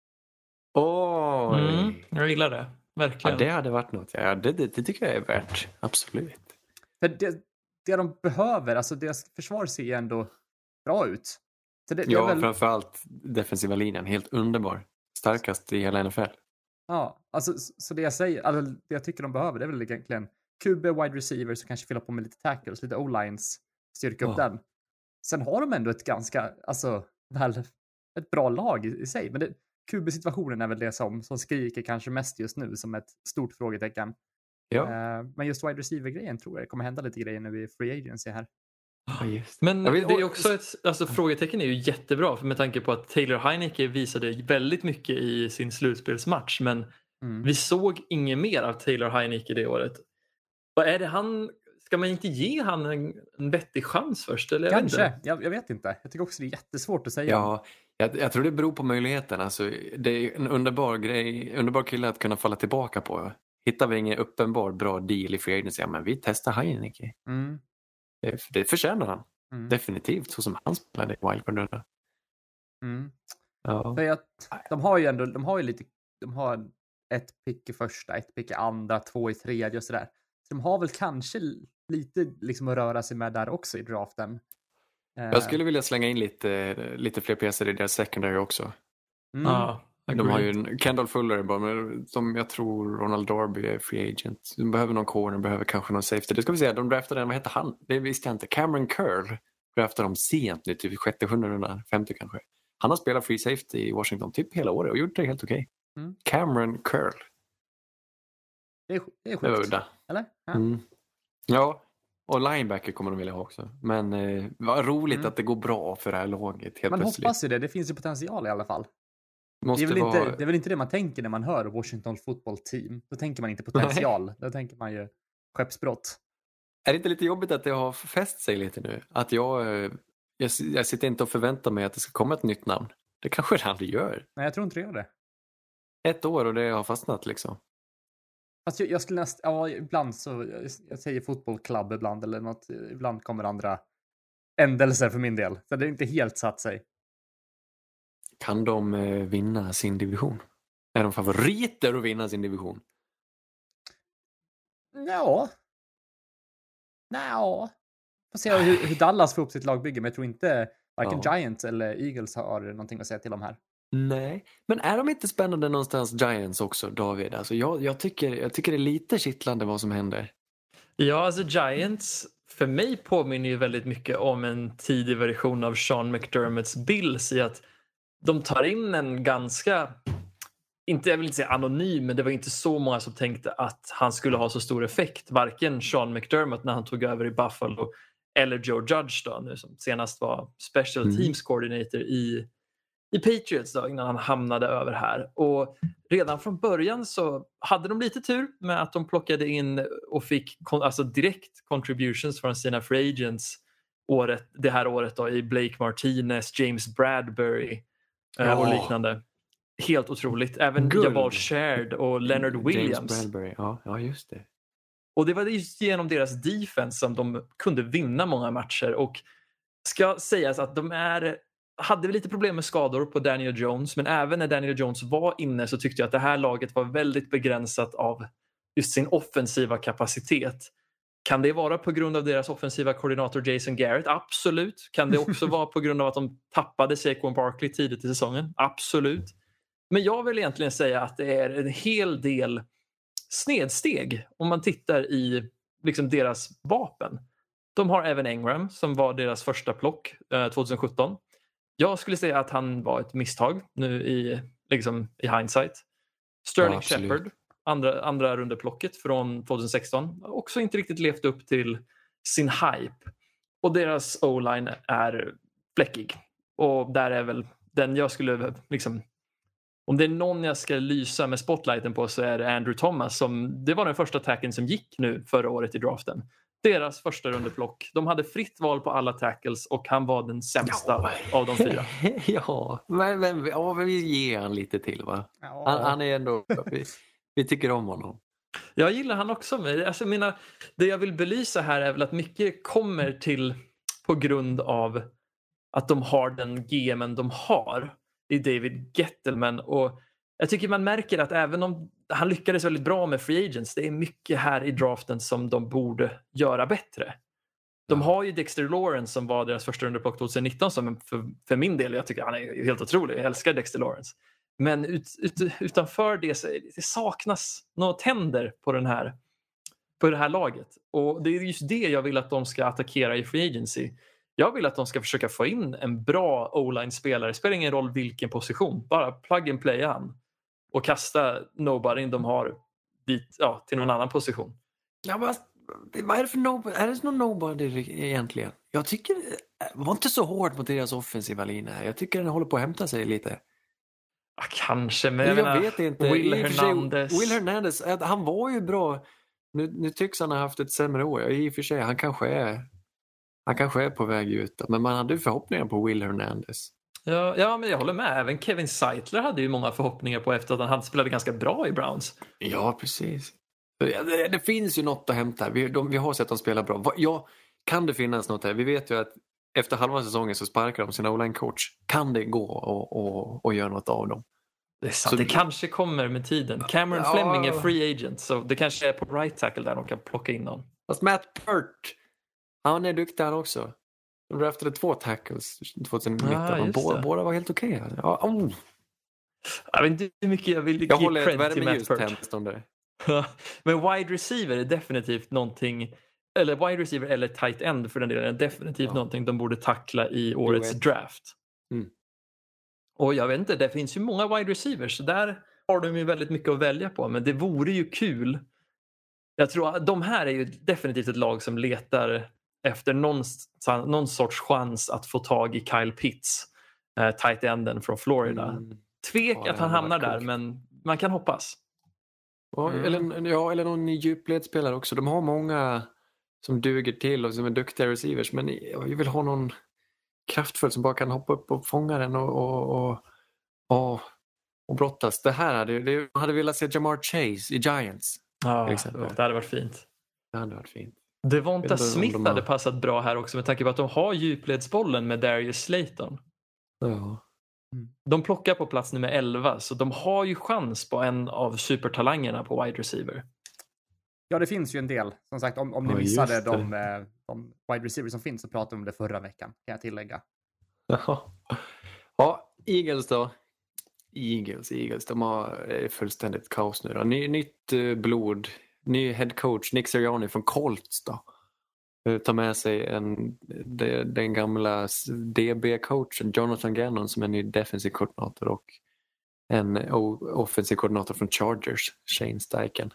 Jag gillar det. Verkligen. Ja, det hade varit något. Ja, det tycker jag är värt. Absolut. För det de behöver, alltså deras försvar ser ändå bra ut. Så det är väl... framförallt defensiva linjen. Helt underbar. Starkast i hela NFL. Ja, alltså så det jag säger, alltså, det jag tycker de behöver, det är väl egentligen QB, wide receivers och kanske fylla på med lite tackles, lite O-lines, styrka upp den. Sen har de ändå ett ganska, alltså ett bra lag i sig, men QB-situationen är väl det som skriker kanske mest just nu som ett stort frågetecken. Ja. Men just wide receiver-grejen tror jag det kommer hända lite grejer nu i free agency här. Men det är också frågetecken är ju jättebra för med tanke på att Taylor Heinicke visade väldigt mycket i sin slutspelsmatch, men vi såg inget mer av Taylor Heinicke det året. Vad är det ska man inte ge han en vettig chans först? Eller? Kanske, jag vet inte. Jag tycker också det är jättesvårt att säga. Ja, jag tror det beror på möjligheten. Alltså, det är en underbar kille att kunna falla tillbaka på. Hittar vi ingen uppenbar bra deal i free agency, men vi testar Heinicke. Det förtjänar han. Definitivt, så som han spelade i Wildcard. Ja. För de har ett pick i första, ett pick i andra, 2 i tredje och sådär. Så de har väl kanske lite liksom att röra sig med där också i draften. Jag skulle vilja slänga in lite fler pjäser i deras secondary också. De har ju Kendall Fuller som jag tror Ronald Darby är free agent. De behöver någon corner, behöver kanske någon safety. Det ska vi säga, de draftade vad heter han? Det visste jag inte. Cameron Curl draftade de sent nu, typ 6:e runda, 50 kanske. Han har spelat free safety i Washington typ hela året och gjort det helt okej. Cameron Curl. Det är sjukt. Det var udda. Eller? Ja, och linebacker kommer de vilja ha också. Men vad roligt att det går bra för det här laget helt man plötsligt. Hoppas ju det. Det finns ju potential i alla fall. Det är väl inte det man tänker när man hör Washington Football Team. Då tänker man inte potential. Nej. Då tänker man ju skeppsbrott. Är det inte lite jobbigt att det har fäst sig lite nu? Att jag sitter inte och förväntar mig att det ska komma ett nytt namn. Det kanske det aldrig gör. Nej, jag tror inte det gör det. 1 år och det har fastnat liksom. Fast jag skulle ibland så, jag säger fotbollsklubb ibland eller något, ibland kommer andra ändelser för min del. Så det är inte helt satt sig. Kan de vinna sin division? Är de favoriter att vinna sin division? Ja. Får se hur Dallas får upp sitt lagbygge, men jag tror inte varken Giants eller Eagles har någonting att säga till dem här. Nej, men är de inte spännande någonstans Giants också, David? Alltså jag tycker det är lite kittlande vad som händer. Ja, alltså Giants för mig påminner ju väldigt mycket om en tidig version av Sean McDermotts Bills i att de tar in en ganska, jag vill inte säga anonym, men det var inte så många som tänkte att han skulle ha så stor effekt. Varken Sean McDermott när han tog över i Buffalo eller Joe Judge då, nu som senast var special teams coordinator i Patriots då, innan han hamnade över här. Och redan från början så hade de lite tur med att de plockade in och fick direkt contributions från sina free agents det här året då, i Blake Martinez, James Bradbury och liknande. Helt otroligt. Även Jabal Shared och Leonard Williams. James Bradbury, ja just det. Och det var just genom deras defense som de kunde vinna många matcher. Och ska sägas att de hade lite problem med skador på Daniel Jones, men även när Daniel Jones var inne så tyckte jag att det här laget var väldigt begränsat av just sin offensiva kapacitet. Kan det vara på grund av deras offensiva koordinator Jason Garrett? Absolut. Kan det också vara på grund av att de tappade Saquon Barkley tidigt i säsongen? Absolut. Men jag vill egentligen säga att det är en hel del snedsteg om man tittar i liksom deras vapen. De har Evan Engram som var deras första plock 2017. Jag skulle säga att han var ett misstag nu i hindsight. Sterling Shepard, andra rundeplocket från 2016, också inte riktigt levt upp till sin hype. Och deras O-line är fläckig. Och där är väl den jag skulle om det är någon jag ska lysa med spotlighten på så är det Andrew Thomas. Det var den första tacken som gick nu förra året i draften. Deras första rundeplock. De hade fritt val på alla tackles och han var den sämsta av de 4. Ja, men vi ger han lite till va? Ja. Han är ändå, vi tycker om honom. Jag gillar han också. Det jag vill belysa här är väl att mycket kommer till på grund av att de har den GM:en de har i David Gettleman. Och jag tycker man märker att även om han lyckades väldigt bra med free agents, det är mycket här i draften som de borde göra bättre. De har ju Dexter Lawrence som var deras första rundeplock 2019 som för min del, jag tycker han är helt otrolig. Jag älskar Dexter Lawrence. Men utanför det så det saknas något tänder på det här laget. Och det är just det jag vill att de ska attackera i free agency. Jag vill att de ska försöka få in en bra O-line-spelare. Det spelar ingen roll vilken position. Bara plug and play han. Och kasta nobody de har dit, till någon annan position. Ja, men vad är det för nobody? Är det någon nobody egentligen? Jag tycker, var inte så hård mot deras offensiva linje. Jag tycker den håller på att hämta sig lite. Ja, kanske, men jag vet inte. Will Hernandez, han var ju bra. Nu tycks han ha haft ett sämre år. I och för sig, han kanske är på väg ut. Men man hade ju förhoppningar på Will Hernandez. Ja, men jag håller med. Även Kevin Seitler hade ju många förhoppningar på efter att han spelade ganska bra i Browns. Ja, precis. Det finns ju något att hämta. Vi har sett dem spela bra. Kan det finnas något här? Vi vet ju att efter halva säsongen så sparkar de sin online-coach. Kan det gå och göra något av dem? Det är sant. Det kanske kommer med tiden. Cameron Fleming är free agent, så det kanske är på right tackle där de kan plocka in någon. Fast Matt Peart, han är duktig han också. De draftade 2 tackles 2019. Båda var helt okej. Jag vet inte hur mycket jag vill ge cred till Matt Peart. Men wide receiver är definitivt någonting, eller wide receiver eller tight end för den delen, är definitivt någonting de borde tackla i årets draft. Och jag vet inte, det finns ju många wide receivers, så där har de ju väldigt mycket att välja på, men det vore ju kul. Jag tror att de här är ju definitivt ett lag som letar efter någon sorts chans att få tag i Kyle Pitts, tight enden från Florida. Tvek att han hamnar där, men man kan hoppas. Eller någon djupledsspelare också. De har många som duger till och som är duktiga receivers, men jag vill ha någon kraftfull som bara kan hoppa upp och fånga den och brottas. Det här hade velat se Jamar Chase i Giants. Ja, det hade varit fint. Det hade varit fint. Devonta Smith hade passat bra här också med tanke på att de har djupledsbollen med Darius Slayton. Ja. De plockar på plats nummer 11, så de har ju chans på en av supertalangerna på wide receiver. Ja, det finns ju en del. Som sagt, om ni missade de wide receivers som finns, så pratade vi om det förra veckan, kan jag tillägga. Ja, Eagles då. Eagles, de har fullständigt kaos nu då. Nytt blod, ny head coach, Nick Sirianni från Colts då. Tar med sig den gamla DB-coachen Jonathan Gannon som är ny defensiv koordinator och en offensiv koordinator från Chargers, Shane Steichen.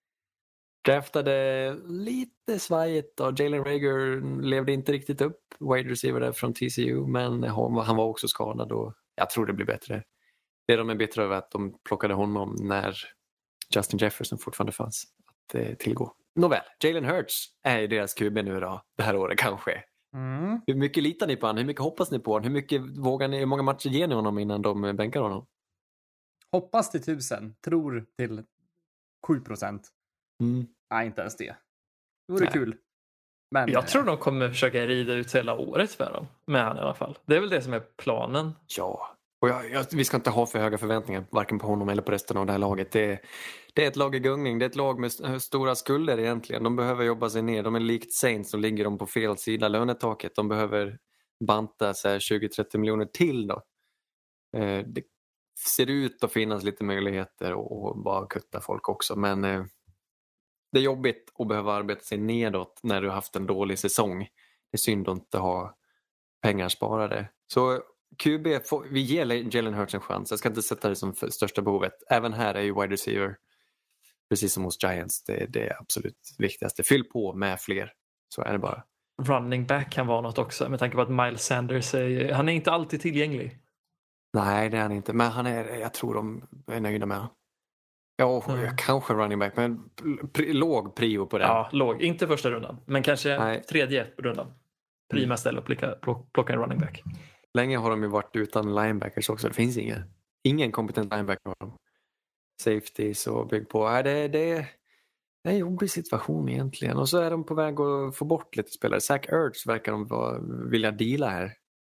Draftade lite svajigt och Jalen Reagor levde inte riktigt upp, wide receiver där från TCU, men han var också skadad och jag tror det blir bättre. Det de är bittra över att de plockade honom när Justin Jefferson fortfarande fanns att tillgå. Nåväl, Jalen Hurts är ju deras QB nu då, det här året kanske. Hur mycket litar ni på honom? Hur mycket hoppas ni på honom? Hur många matcher ger ni honom innan de bänkar honom? Hoppas till 1000, tror till 7%. Nej, inte ens det. Det vore kul. Men jag tror de kommer försöka rida ut hela året för dem, med han i alla fall. Det är väl det som är planen. Ja, och vi ska inte ha för höga förväntningar varken på honom eller på resten av det här laget. Det är ett lag i gungning. Det är ett lag med stora skulder egentligen. De behöver jobba sig ner. De är likt Saints, så ligger de på fel sida lönetaket. De behöver banta så här 20-30 miljoner till då. Det ser ut att finnas lite möjligheter och bara kutta folk också. Men det är jobbigt att behöva arbeta sig nedåt när du har haft en dålig säsong. Det är synd att inte ha pengar sparade. Så QB, vi ger Jalen Hurts en chans. Jag ska inte sätta det som största behovet. Även här är ju wide receiver, precis som hos Giants, det är absolut viktigaste. Fyll på med fler, så är det bara. Running back kan vara något också, med tanke på att Miles Sanders han är inte alltid tillgänglig. Nej, det är han inte. Men jag tror de är nöjda med honom. Ja, kanske running back, men låg prio på den. Ja, låg. Inte första rundan, men kanske tredje rundan. Prima ställe att plocka en running back. Länge har de ju varit utan linebackers också. Det finns ingen kompetent linebacker av dem. Safety så bygg på. Det är en jobbig situation egentligen. Och så är de på väg att få bort lite spelare. Zach Ertz verkar de vilja deala här.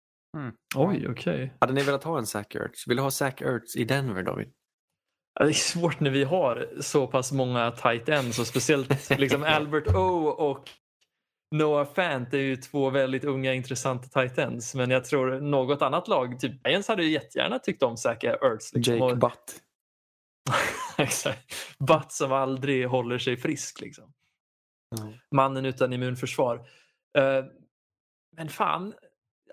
Oj, okej. Hade ni velat ha en Zach Ertz? Vill du ha Zach Ertz i Denver, David? Det är svårt när vi har så pass många tight ends och speciellt liksom Albert O och Noah Fant är ju 2 väldigt unga intressanta tight ends, men jag tror något annat lag, typ Giants, hade ju jättegärna tyckt om Zach Ertz liksom. Jake Butt. Exakt. Butt som aldrig håller sig frisk liksom. Mannen utan immunförsvar. Men fan,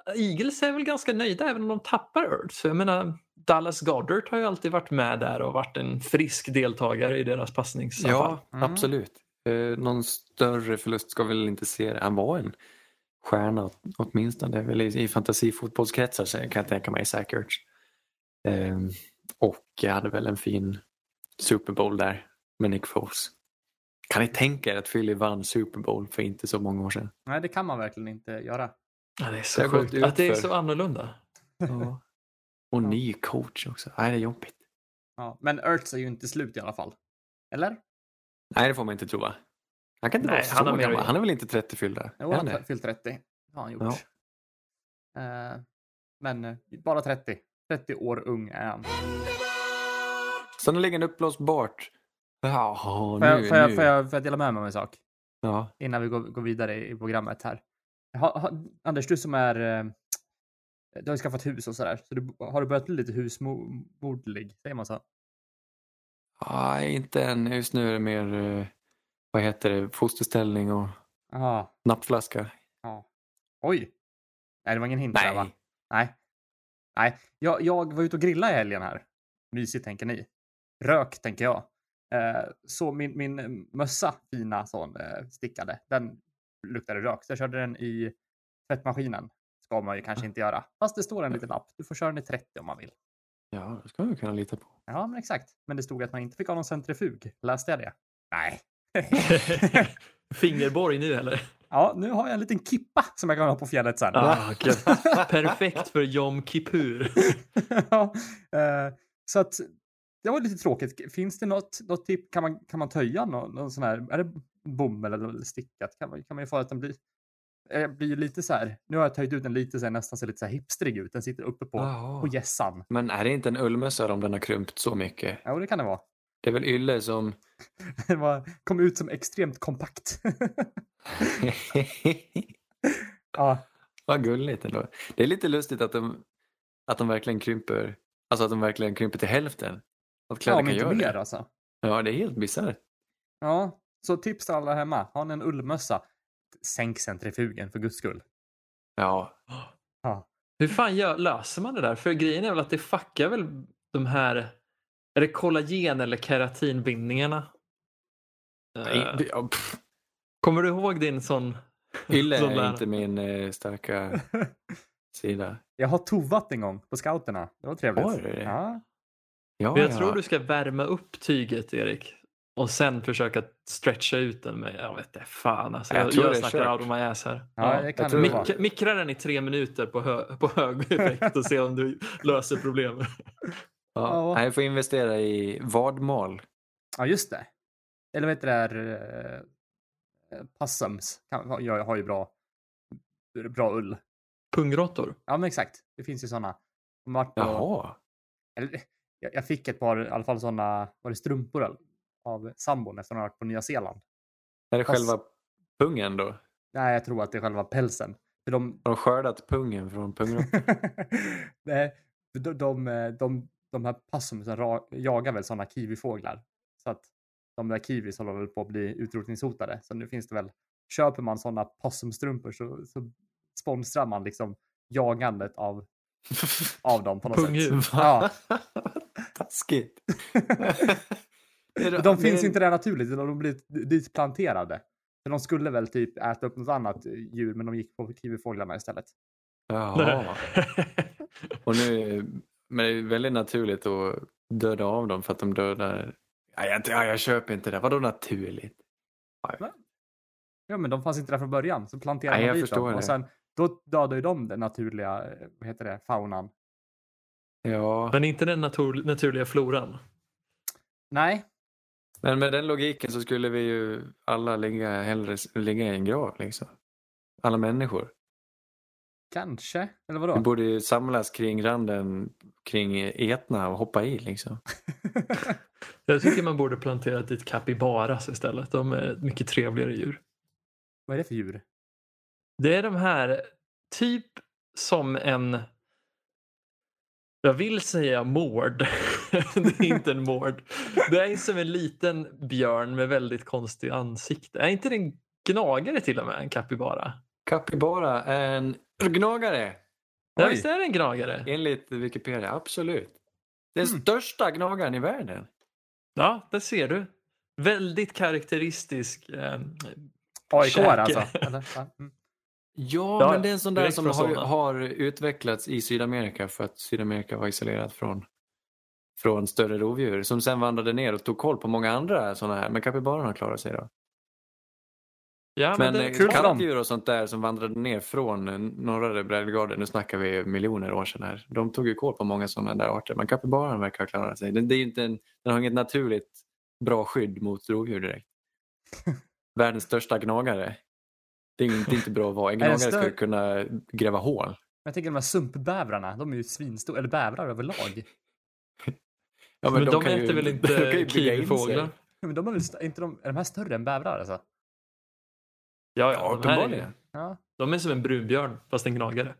Eagles är väl ganska nöjda även om de tappar Ertz. Jag menar, Dallas Goedert har ju alltid varit med där och varit en frisk deltagare i deras passningsanfall. Ja, absolut. Någon större förlust ska väl inte se det. Han var en stjärna åtminstone. Väl i fantasifotbollskretsar kan jag tänka mig säkert. Och jag hade väl en fin Super Bowl där med Nick Foles. Kan ni tänka er att Philly vann Super Bowl för inte så många år sedan? Nej, det kan man verkligen inte göra. Ja, det är så sjukt att det är så annorlunda. Ja. Och ny coach också. Nej, det är jobbigt. Ja, men Ertz är ju inte slut i alla fall. Eller? Nej, det får man inte tro. Han kan inte vara så gammal. Han är väl inte 30 fyllda? Jo, han har fyllt 30. Har han gjort. Ja. Men bara 30. 30 år ung är han. Sannoliken uppblåsbart. Ja, Får jag dela med mig om en sak? Ja. Innan vi går vidare i programmet här. Anders, du som är... Du har ju skaffat hus och sådär. Så har du börjat bli lite husmodlig? Säger man så? Nej, inte än. Just nu är det mer... vad heter det? Fosterställning och nappflaska. Ja. Oj! Nej, det var ingen hint där, va? Nej. Jag var ute och grillade i helgen här. Mysigt, tänker ni. Rök, tänker jag. Så min mössa, fina sån stickade, den luktade rök. Så jag körde den i tvättmaskinen. Ska man ju kanske inte göra. Fast det står en liten lapp. Du får köra den i 30 om man vill. Ja, det ska man kunna lita på. Ja, men exakt. Men det stod att man inte fick ha någon centrifug. Läste jag det? Nej. Fingerborg nu, eller? Ja, nu har jag en liten kippa som jag kan ha på fjället sen. Perfekt för Yom Kippur. Ja, så att det var lite tråkigt. Finns det något tips? Kan man töja någon sån här? Är det bomull eller stickat? Kan man ju få att den blir lite så här. Nu har jag töjt ut den lite så här, nästan ser lite så här hipstrig ut. Den sitter uppe på gässan. Men är det inte en ullmössa om den har krympt så mycket? Ja, det kan det vara. Det är väl ylle som... Det kom ut som extremt kompakt. Ja. Vad gulligt ändå. Det är lite lustigt att de verkligen krymper. Alltså att de verkligen krymper till hälften. Att kläder kan göra mer, det. Alltså. Ja, det är helt bisarrt. Ja, så tips till alla hemma. Har ni en ullmössa, sänk centrifugen för guds skull. Ja. Hur fan löser man det där? För grejen är väl att det fuckar väl de här... Är det kollagen eller keratinbindningarna? Kommer du ihåg din sån... Ylle är inte min starka sida. Jag har tovat en gång på scouterna. Det var trevligt. Har du det? Ja. Jag tror du ska värma upp tyget, Erik. Och sen försöka stretcha ut den med, jag vet inte, fan alltså. Jag snackar out of my ass här. Ja, det kan det vara. Mikra den i 3 minuter på hög effekt och se om du löser problemet. Ja. Jag får investera i vadmal. Ja, just det. Eller vet du där Possums jag har ju bra ull. Pungråttor? Ja, men exakt. Det finns ju sådana. Jaha. Jag fick ett par, i alla fall sådana, var det strumpor av sambon efter att ha varit på Nya Zeeland. Är det själva pungen då? Nej, jag tror att det är själva pälsen. För har de skördat pungen från pungråttor? Nej, de här Possumsen jagar väl sådana kiwifåglar. Så att de där kiwis håller väl på att bli utrotningshotade. Så nu finns det väl, köper man sådana possumstrumpor så sponsrar man liksom jagandet av dem på något sätt. Ja. Taskigt. De finns inte där naturligt, utan de blir ditplanterade. Så de skulle väl typ äta upp något annat djur, men de gick på kiwifåglarna istället. Ja. Och nu, men det är väldigt naturligt att döda av dem för att de dödar. Jag köper inte det. Vadå naturligt? Ja, men de fanns inte där från början. Så planterade man dit dem. Och sen då dödade ju de den naturliga, faunan. Ja. Men inte den naturliga floran. Nej. Men med den logiken så skulle vi ju alla hellre ligga i en grav liksom. Alla människor. Kanske, eller vadå? Vi borde ju samlas kring randen, kring Etna och hoppa i liksom. Jag tycker man borde plantera dit capybaras istället. De är mycket trevligare djur. Vad är det för djur? Det är de här typ som en... Jag vill säga mård. Det är inte en mård. Det är som en liten björn med väldigt konstig ansikte. Är inte det en gnagare till och med, en capybara? Capybara är en gnagare. Ja, visst är det en gnagare? Enligt Wikipedia, absolut. Den största gnagaren i världen. Ja, det ser du. Väldigt karaktäristisk AIK käke. alltså. Eller? Ja. Mm. Ja, Ja, men det är en sån där direkt som från sådana. har utvecklats i Sydamerika för att Sydamerika var isolerat från större rovdjur som sen vandrade ner och tog koll på många andra sådana här. Men kapibaran har klarat sig då. Ja, Men det är kul för dem. kattdjur och sånt där som vandrade ner från norra breddgraden, nu snackar vi miljoner år sedan här. De tog ju koll på många sådana där arter. Men kapibaran verkar ha klarat sig. Det är inte den har inget naturligt bra skydd mot rovdjur direkt. Världens största gnagare. Det är inte bra att vara. En gnagare ska kunna gräva hål. Jag tänker de här sumpbävrarna, de är ju svinstora, eller bävrar överlag. Ja, Men de kan äter väl de inte kan ju bygga in kiwifåglar? sig. Men de är väl är de här större än bävrar alltså? Ja, Ja, de, här är, uppenbarligen. Ja. de är som en brunbjörn fast en gnagare.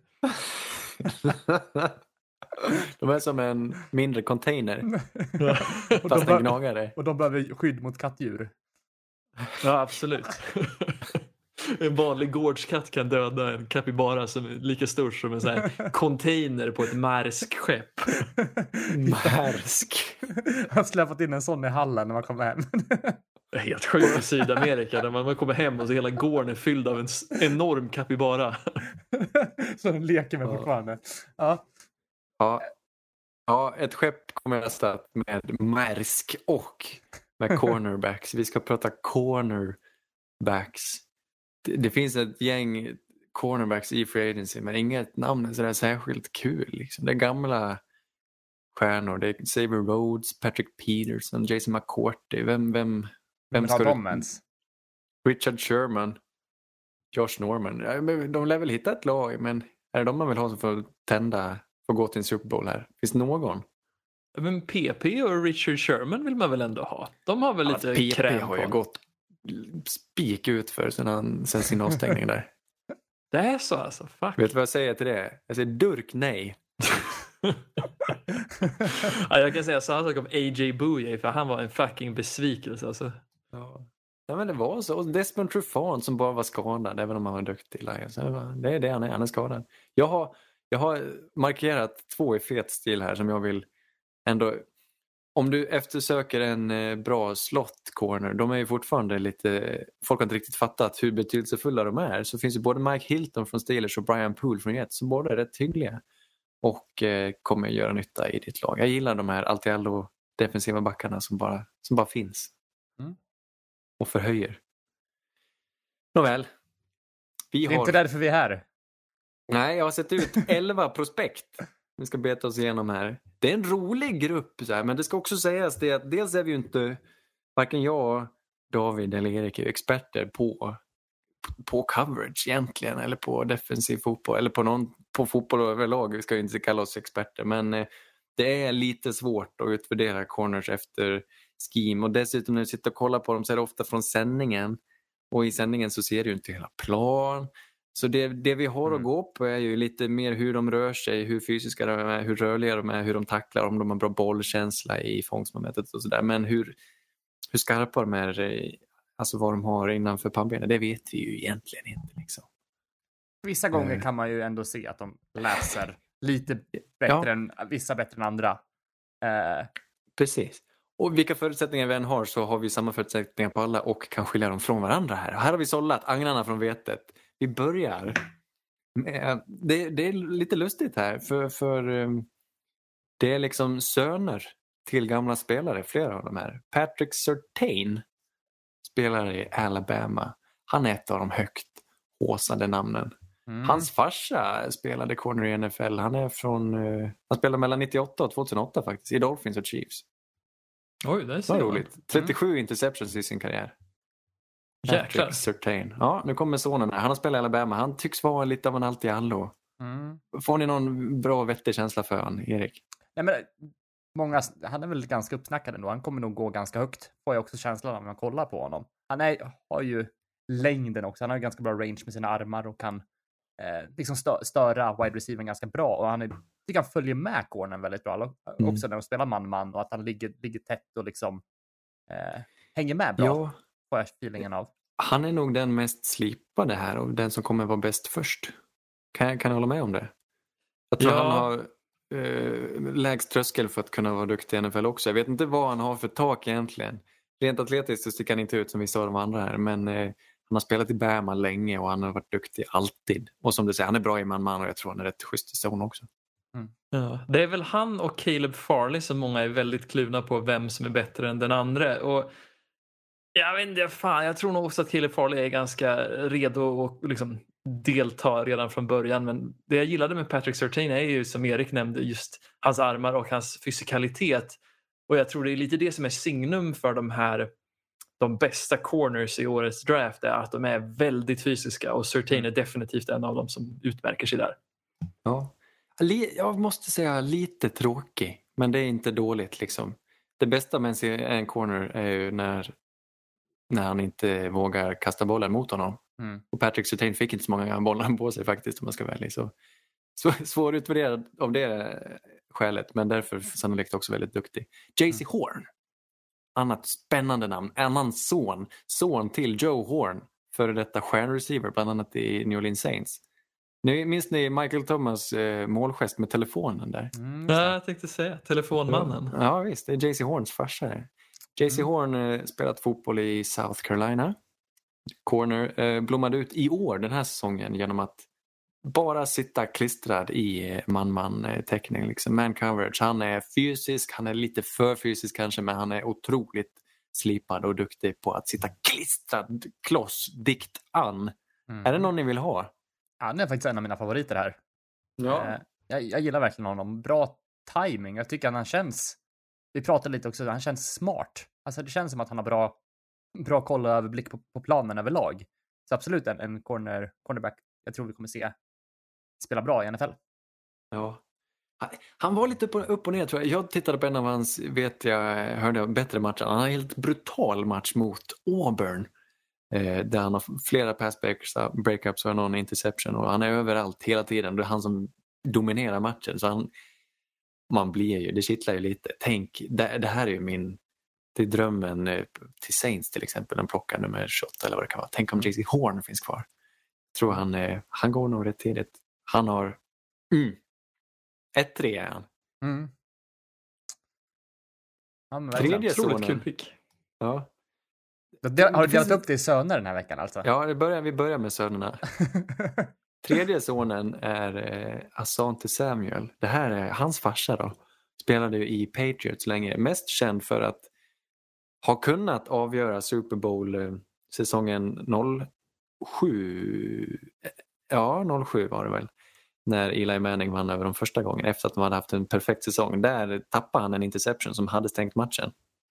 De är som en mindre container. Och Fast de en gnagare. Och de behöver skydd mot kattdjur. Ja, absolut. En vanlig gårdskatt kan döda en kapibara som är lika stor som en sån här container på ett Maersk-skepp. Maersk. Jag har släpat in en sån i hallen när man kommer hem. Det är helt sjukt i Sydamerika där man kommer hem och så hela gården är fylld av en enorm kapibara. Så den leker med fortfarande. Ja. Ja, ett skepp kommer jag starta med Maersk och med cornerbacks. Vi ska prata cornerbacks. Det finns ett gäng cornerbacks i Free Agency, men inget namn är sådär särskilt kul. Liksom. Det är gamla stjärnor. Det är Xavier Rhodes, Patrick Peterson, Jason McCourty. Vem ska de du... ens? Richard Sherman, Josh Norman. Ja, men de lär väl hitta ett lag, men är det de man vill ha som får gå till en Super Bowl här? Finns det någon? Men PP och Richard Sherman vill man väl ändå ha? De har väl lite PP kräm har på. ju gått spik ut för sen sin avstängning där. Det är så alltså, fuck. Vet du vad jag säger till det? Jag säger durk nej. Ja, jag kan säga samma sak om AJ Bouye för han var en fucking besvikelse alltså. Ja, men det var så. Och Desmond Trufant som bara var skadad, även om han var duktig i Lions. Det är det han är skadad. Jag har markerat 2 i fet stil här som jag vill ändå... Om du eftersöker en bra slot corner, de är ju fortfarande lite... Folk har inte riktigt fattat hur betydelsefulla de är. Så finns ju både Mike Hilton från Steelers och Brian Poole från Jets som båda är rätt hyggliga. Och kommer göra nytta i ditt lag. Jag gillar de här allt defensiva backarna som bara finns. Och förhöjer. Nåväl. Det är inte därför vi är här. Nej, jag har sett ut 11 prospekt. Vi ska beta oss igenom här. Det är en rolig grupp, så här, men det ska också sägas det att dels är vi ju inte, varken jag, David eller Erik är experter på coverage egentligen, eller på defensiv fotboll, eller på fotboll överlag. Vi ska ju inte kalla oss experter, men det är lite svårt att utvärdera corners efter scheme. Och dessutom när du sitter och kollar på dem så är det ofta från sändningen. Och i sändningen så ser du inte hela plan. Så det vi har att gå på är ju lite mer hur de rör sig, hur fysiska de är, hur rörliga de är, hur de tacklar, om de har bra bollkänsla i fångstmomentet och sådär. Men hur skarpa de är, alltså vad de har innanför pannbenen, det vet vi ju egentligen inte. Liksom. Vissa gånger kan man ju ändå se att de läser lite bättre vissa bättre än andra. Precis. Och vilka förutsättningar vi än har så har vi samma förutsättningar på alla och kan skilja dem från varandra här. Här har vi sållat agnarna från vetet. Vi börjar med, det är lite lustigt här för det är liksom söner till gamla spelare, flera av de här. Patrick Surtain spelar i Alabama. Han är ett av de högt håsade namnen. Hans farsa spelade corner i NFL. Han är han spelade mellan 98 och 2008 faktiskt i Dolphins och Chiefs. Oj, det är så roligt. 37 interceptions i sin karriär. Jäklar. Surtain. Ja, nu kommer sonen här. Han har spelat i Alabama. Han tycks vara lite av en allt-i-allo. Får ni någon bra vettig känsla för han, Erik? Nej, men han är väl ganska uppsnackad ändå. Han kommer nog gå ganska högt. Får jag också känslan av när man kollar på honom. Han har ju längden också. Han har ju ganska bra range med sina armar och kan liksom störa wide receiver ganska bra. Och tycker han följer med cornern väldigt bra. Också när de spelar man-man och att han ligger tätt och liksom hänger med bra. Ja. Får jag feelingen av. Han är nog den mest slipade här och den som kommer vara bäst först. Kan jag hålla med om det? Jag tror Ja. han har lägst tröskel för att kunna vara duktig i NFL också. Jag vet inte vad han har för tak egentligen. Rent atletiskt så sticker han inte ut som vissa av de andra här. Men han har spelat i Bama länge och han har varit duktig alltid. Och som du säger, han är bra i man-man och jag tror han är rätt schysst i zon också. Ja, det är väl han och Caleb Farley som många är väldigt kluvna på vem som är bättre än den andra. Och jag vet inte, jag tror nog också att Caleb Farley är ganska redo att liksom delta redan från början. Men det jag gillade med Patrick Surtain är ju, som Erik nämnde, just hans armar och hans fysikalitet. Och jag tror det är lite det som är signum för de bästa corners i årets draft, är att de är väldigt fysiska, och Surtain är definitivt en av dem som utmärker sig där. Ja. Jag måste säga lite tråkig, men det är inte dåligt liksom. Det bästa med en corner är ju när han inte vågar kasta bollen mot honom. Och Patrick Surtain fick inte så många bollar på sig faktiskt, om man ska välja. Så svårutvärderad av det skälet, men därför sannolikt också väldigt duktig. JC Horn, annat spännande namn, annan son till Joe Horn, före detta stjärnreceiver bland annat i New Orleans Saints. Minns ni Michael Thomas målgest med telefonen där? Ja, jag tänkte säga telefonmannen. Ja visst, det är JC Horns farsa. JC Horn spelat fotboll i South Carolina. Corner blommade ut i år den här säsongen genom att bara sitta klistrad i man-man-täckning. Liksom. Man coverage. Han är fysisk, han är lite för fysisk kanske, men han är otroligt slipad och duktig på att sitta klistrad kloss dikt an. Är det någon ni vill ha? Ja, det är faktiskt en av mina favoriter här. Ja. Jag gillar verkligen honom. Bra timing. Jag tycker att han känns... Vi pratade lite också, han känns smart. Alltså det känns som att han har bra koll och överblick på planen överlag. Så absolut en cornerback jag tror vi kommer se spela bra i NFL. Ja. Han var lite upp och ner tror jag. Jag tittade på en av hans, hörde bättre matcher. Han har en helt brutal match mot Auburn. Där han har flera pass breakups och någon interception. Och han är överallt hela tiden. Det är han som dominerar matchen. Så man blir ju, det kittlar ju lite. Tänk, det här är ju det är drömmen till Saints till exempel. Den plockar nummer 28 eller vad det kan vara. Tänk om JC Horn finns kvar. Jag tror han går nog rätt tidigt. Han har 1-3 är han. Tredje sonen. Ja. Har du delat upp det i söner den här veckan alltså? Ja, vi börjar med sönerna. Tredje sonen är Asante Samuel. Det här är hans farsa då. Spelade ju i Patriots länge. Mest känd för att ha kunnat avgöra Super Bowl säsongen 07. Ja, 07 var det väl. När Eli Manning vann över de första gången. Efter att de hade haft en perfekt säsong. Där tappade han en interception som hade stängt matchen.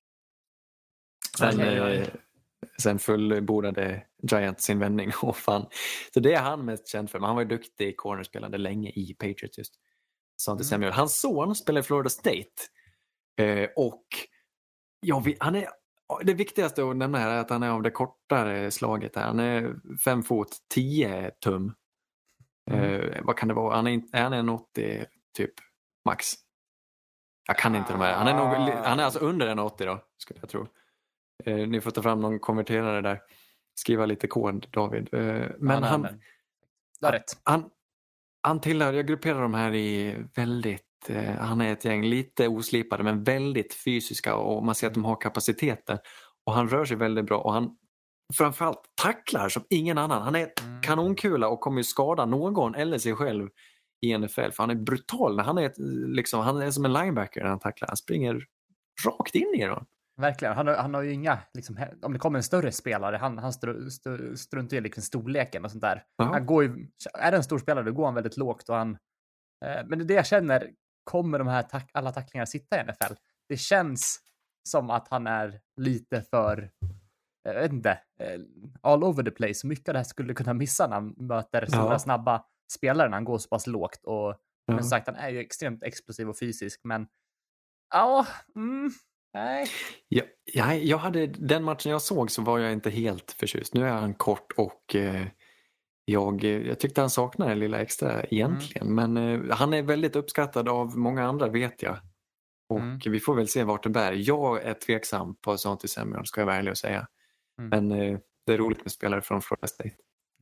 Sen fullbordade Giants sin vändning. Fan. Så det är han mest känd för. Men han var ju duktig i cornerspelande länge i Patriots just. Asante Samuel. Hans son spelar i Florida State. Och han är, det viktigaste att nämna här är att han är av det kortare slaget här. Han är 5 fot 10 tum. Vad kan det vara? Han är en 80 typ max. Jag kan inte de här. Han är alltså under en 80 då, skulle jag tro. Ni får ta fram någon konverterare där. Skriva lite kod, David. Men han tillhör, jag grupperar de här i väldigt, han är ett gäng lite oslipade men väldigt fysiska och man ser att de har kapaciteten. Och han rör sig väldigt bra och han framförallt tacklar som ingen annan. Han är kanonkula och kommer ju skada någon eller sig själv i NFL. För han är brutal. Han är som en linebacker när han tacklar. Han springer rakt in i dem. Verkligen. Han har ju inga, liksom, om det kommer en större spelare, han struntar i liksom storleken och sånt där. Han går ju, är det en stor spelare, då går han väldigt lågt och men det jag känner, kommer de här alla tacklingar sitta i NFL? Det känns som att han är lite för, jag vet inte, all over the place. Mycket av det här skulle kunna missa när han möter stora snabba spelare när han går så pass lågt. Och men som sagt, han är ju extremt explosiv och fysisk, men nej. Jag hade den matchen jag såg så var jag inte helt förtjust. Nu är han kort och jag tyckte han saknar en lilla extra egentligen. Men han är väldigt uppskattad av många andra vet jag. Och vi får väl se vart det bär. Jag är tveksam på Asante Samuel, ska jag vara ärlig och säga. Men det är roligt med spelare från Florida State.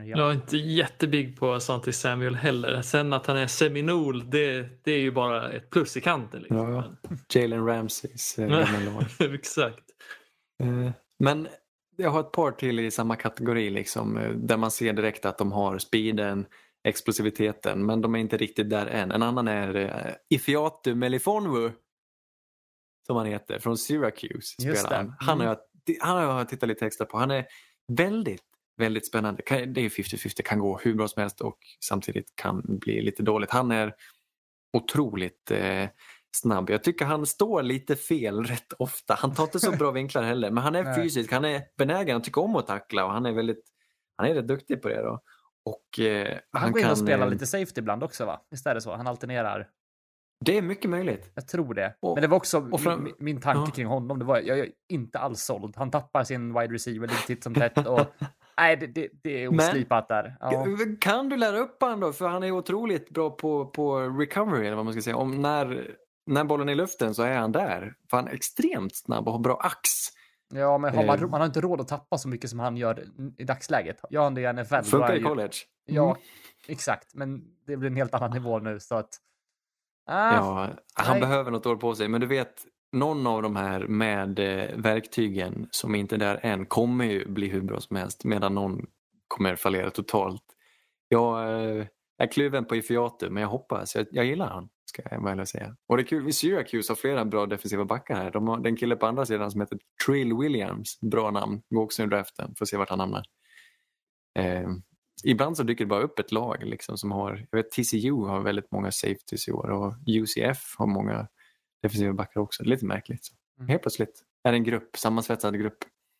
Jag är inte jättebig på Asante Samuel heller. Sen att han är seminol, det är ju bara ett plus i kanten. Liksom. Ja, Jalen Ramseys gamla lag. Exakt. Men jag har ett par till i samma kategori liksom, där man ser direkt att de har speeden, explosiviteten, men de är inte riktigt där än. En annan är Ifeatu Melifonwu, som han heter, från Syracuse. Spelaren. Han har jag tittat lite extra på. Han är väldigt, väldigt spännande. Det är ju 50-50, kan gå hur bra som helst och samtidigt kan bli lite dåligt. Han är otroligt snabb. Jag tycker han står lite fel rätt ofta. Han tar inte så bra vinklar heller, men han är fysisk, han är benägen att tycka om att tackla och han är rätt duktig på det då. Och han går in och spelar lite safety ibland också, va? Visst är det så? Han alternerar. Det är mycket möjligt. Jag tror det. Men det var också min tanke kring honom. Det var, jag är inte alls såld. Han tappar sin wide receiver lite titt som tätt. Och, nej, det är oslipat där. Ja. Kan du lära upp han då? För han är otroligt bra på recovery, eller vad man ska säga. Om när bollen är i luften så är han där. För han är extremt snabb och har bra ax. Ja, men man har inte råd att tappa så mycket som han gör i dagsläget. Gör han det i NFL? Funkar i college. Ja, exakt. Men det blir en helt annan nivå nu. Så att... han behöver något år på sig. Men du vet, någon av de här med verktygen som inte är där än kommer ju bli hur bra som helst. Medan någon kommer fallera totalt. Jag är kluven på Ifeatu, men jag hoppas. Jag gillar han, ska jag väl säga. Och det är kul, Syracuse har flera bra defensiva backar här. De har den kille på andra sidan som heter Trill Williams. Bra namn. Går också i draften. Får se vart han hamnar. Ibland så dyker det bara upp ett lag liksom, som har, jag vet TCU har väldigt många safeties i år och UCF har många defensiva backar också. Det är lite märkligt. Helt plötsligt är det en grupp, sammansvetsad grupp.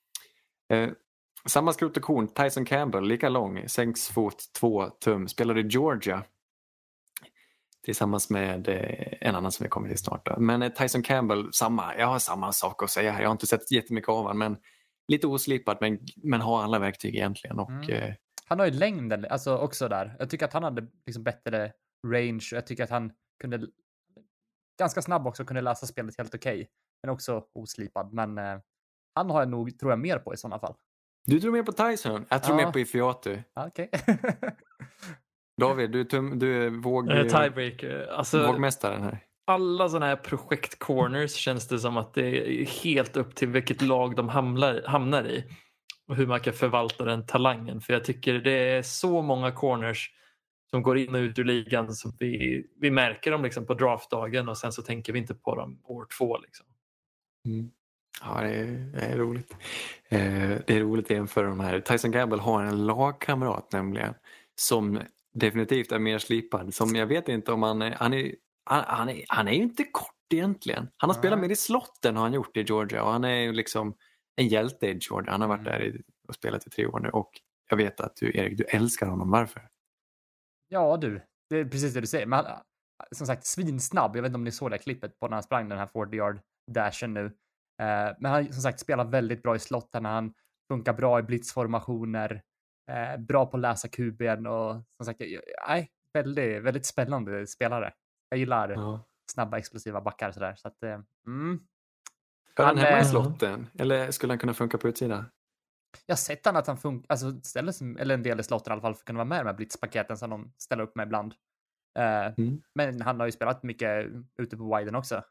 Samma skrot och korn, Tyson Campbell, lika lång, 6 fot 2 tum, spelade i Georgia tillsammans med en annan som vi kommer till snart då. Men Tyson Campbell, jag har samma sak att säga här. Jag har inte sett jättemycket av honom, men lite oslipad, men har alla verktyg egentligen och han har ju längden alltså också där. Jag tycker att han hade liksom bättre range. Jag tycker att han kunde ganska snabb också kunde läsa spelet helt okej. Men också oslipad. Men han har jag nog, tror jag, mer på i sådana fall. Du tror mer på Tyson? Jag tror mer på Ifeatu. Okej. David, du är tiebreaker. Alltså, vågmästaren här. Alla sådana här projekt-corners känns det som att det är helt upp till vilket lag de hamnar i. Och hur man kan förvalta den talangen. För jag tycker det är så många corners som går in och ut ur ligan som vi märker dem liksom på draftdagen och sen så tänker vi inte på dem år 2 liksom. Ja, det är roligt. Det är roligt att jämföra de här. Tyson Campbell har en lagkamrat nämligen som definitivt är mer slipad. Som jag vet inte om han är ju inte kort egentligen. Han har spelat med i slotten har han gjort i Georgia och han är ju liksom en hjälte i Georgia. Han har varit där och spelat i 3 år nu och jag vet att du, Erik, du älskar honom. Varför? Ja, det är precis det du säger. Men som sagt, svinsnabb. Jag vet inte om ni såg det klippet på när han sprang den här 40-yard dashen nu. Men han som sagt spelar väldigt bra i slotten. Han funkar bra i blitzformationer. Bra på att läsa QB:n och som sagt, väldigt, väldigt spännande spelare. Jag gillar snabba, explosiva backar sådär. Så att, Är han hemma i slotten? Eller skulle han kunna funka på utsidan? Jag har sett att han funkar, alltså eller en del i slotten i alla fall för att kunna vara med i de här blitzpaketen som de ställer upp med ibland. Men han har ju spelat mycket ute på widen också.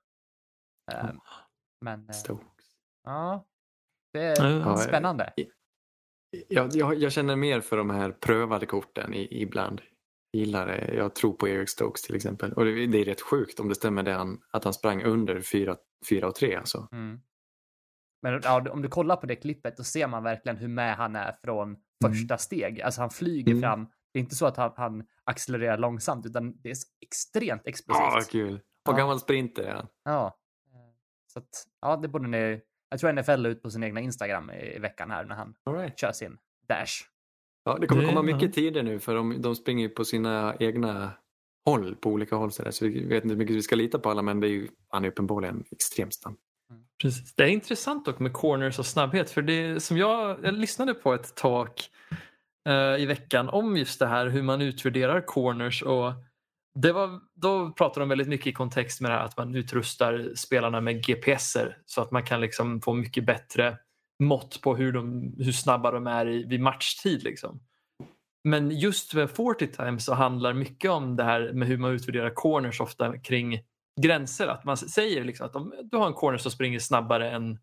Men ja, det är spännande. Jag känner mer för de här prövade korten ibland. Gillar det. Jag tror på Eric Stokes till exempel. Och det är rätt sjukt om det stämmer att han sprang under 4,3 alltså. Men om du kollar på det klippet då ser man verkligen hur med han är från första steg. Alltså han flyger fram. Det är inte så att han accelererar långsamt utan det är extremt explosivt. Ja, kul. Och gammal sprinter är han. Ja. Så att, det borde ni... Jag tror NFL la ut på sin egna Instagram i veckan här när han kör sin dash. Ja, det kommer komma mycket tider nu för de springer ju på sina egna håll på olika håll så vi vet inte hur mycket vi ska lita på alla men han är uppenbarligen extremt snabb. Precis. Det är intressant dock med corners och snabbhet för det som jag lyssnade på ett talk i veckan om just det här hur man utvärderar corners och då pratar de väldigt mycket i kontext med det här att man utrustar spelarna med GPSer så att man kan liksom få mycket bättre mått på hur snabba de är vid matchtid liksom. Men just med 40 times så handlar mycket om det här med hur man utvärderar corners ofta kring gränser. Att man säger liksom att om du har en corner som springer snabbare än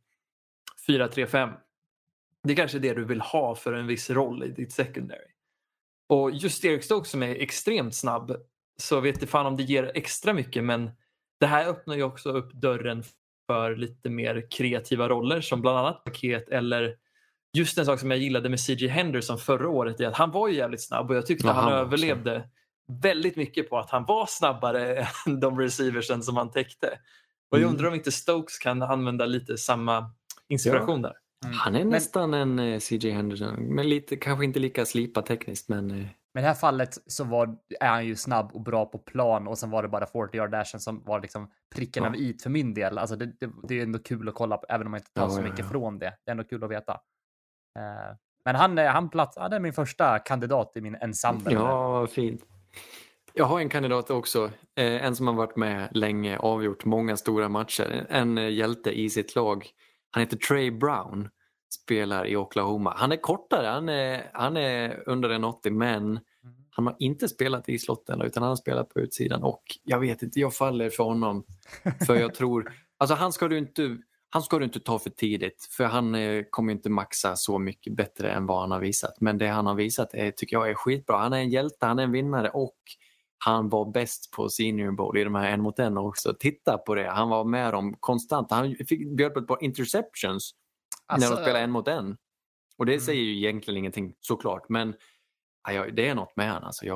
4-3-5. Det är kanske det du vill ha för en viss roll i ditt secondary. Och just Eric Stokes som är extremt snabb, så vet jag fan om det ger extra mycket, men det här öppnar ju också upp dörren för lite mer kreativa roller som bland annat paket, eller just en sak som jag gillade med C.J. Henderson förra året är att han var ju jävligt snabb och jag tyckte han överlevde väldigt mycket på att han var snabbare än de receiversen som han täckte. Och jag undrar om inte Stokes kan använda lite samma inspiration där. Han är nästan en C.J. Henderson, men lite, kanske inte lika slipa tekniskt. Men i det här fallet så är han ju snabb och bra på plan, och sen var det bara 40-yard dashen som var liksom pricken av it för min del. Alltså det är ändå kul att kolla på, även om man inte tar så mycket från det. Det är ändå kul att veta. Men han är min första kandidat i min ensemble. Ja, fint. Jag har en kandidat också. En som har varit med länge, avgjort många stora matcher. En hjälte i sitt lag. Han heter Trey Brown. Spelar i Oklahoma. Han är kortare. Han är under 1,80, men han har inte spelat i slotten utan han har spelat på utsidan. Och jag vet inte, jag faller för honom. För jag tror, alltså han ska du inte ta för tidigt. För han kommer inte maxa så mycket bättre än vad han har visat. Men det han har visat tycker jag är skitbra. Han är en hjälte, han är en vinnare och han var bäst på Senior Bowl i de här 1-mot-1 också. Titta på det, han var med dem konstant. Han bjöd på ett par interceptions när de spelar 1-mot-1. Och det säger ju egentligen ingenting såklart. Men det är något med han. Alltså,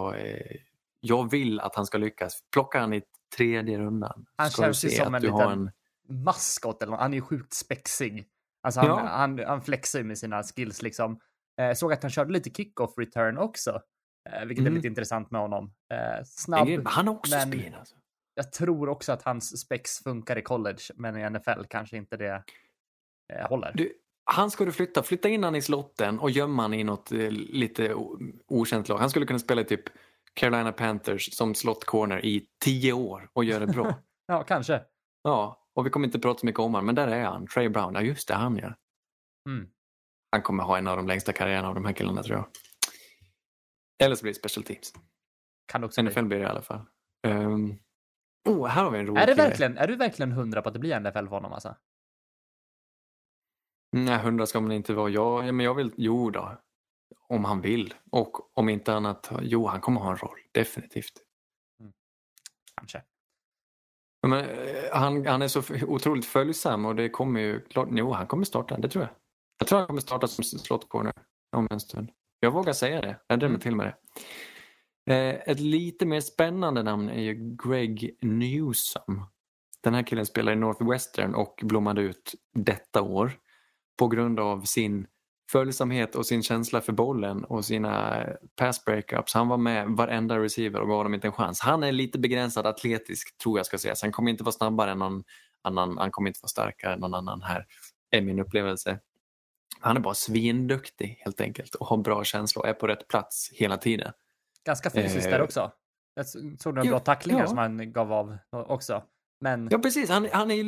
jag vill att han ska lyckas. Plocka han i 3:e rundan. Han känns ju som en liten maskot. Eller han är ju sjukt spexig. Alltså han flexar med sina skills liksom. Såg att han körde lite kick-off return också. Vilket är lite intressant med honom. Snabb. Han är också spin alltså. Jag tror också att hans spex funkar i college, men i NFL kanske inte det håller. Han ska du flytta in han i slotten och gömma han i något lite okänt lag. Han skulle kunna spela typ Carolina Panthers som slot corner i 10 år och göra det bra. Ja, kanske. Ja, och vi kommer inte prata så mycket om han, men där är han. Trey Brown, ja just det, han gör. Han kommer ha en av de längsta karriärerna av de här killarna, tror jag. Eller så blir det special teams. Kan också NFL blir det i alla fall. Här har vi en rolig Är du verkligen 100 på att det blir NFL för honom alltså? Nej, 100 ska man inte vara. Ja, men jag vill, jo då. Om han vill. Och om inte annat, jo, han kommer ha en roll. Definitivt. Kanske. Men han är så otroligt följsam och det kommer ju klart, jo, han kommer starta, det tror jag. Jag tror han kommer starta som slot corner om en stund. Jag vågar säga det. Jag drar mig till med det. Ett lite mer spännande namn är ju Greg Newsome. Den här killen spelar i Northwestern och blommade ut detta år på grund av sin följsamhet och sin känsla för bollen och sina pass breakups. Han var med varenda receiver och gav dem inte en chans. Han är lite begränsad atletisk, tror jag ska säga. Så han kommer inte vara snabbare än någon annan. Han kommer inte vara starkare än någon annan här, är min upplevelse. Han är bara svinduktig helt enkelt och har bra känsla och är på rätt plats hela tiden. Ganska fysiskt där också. Jag såg några bra tacklingar som han gav av också. Men... Ja, precis. Han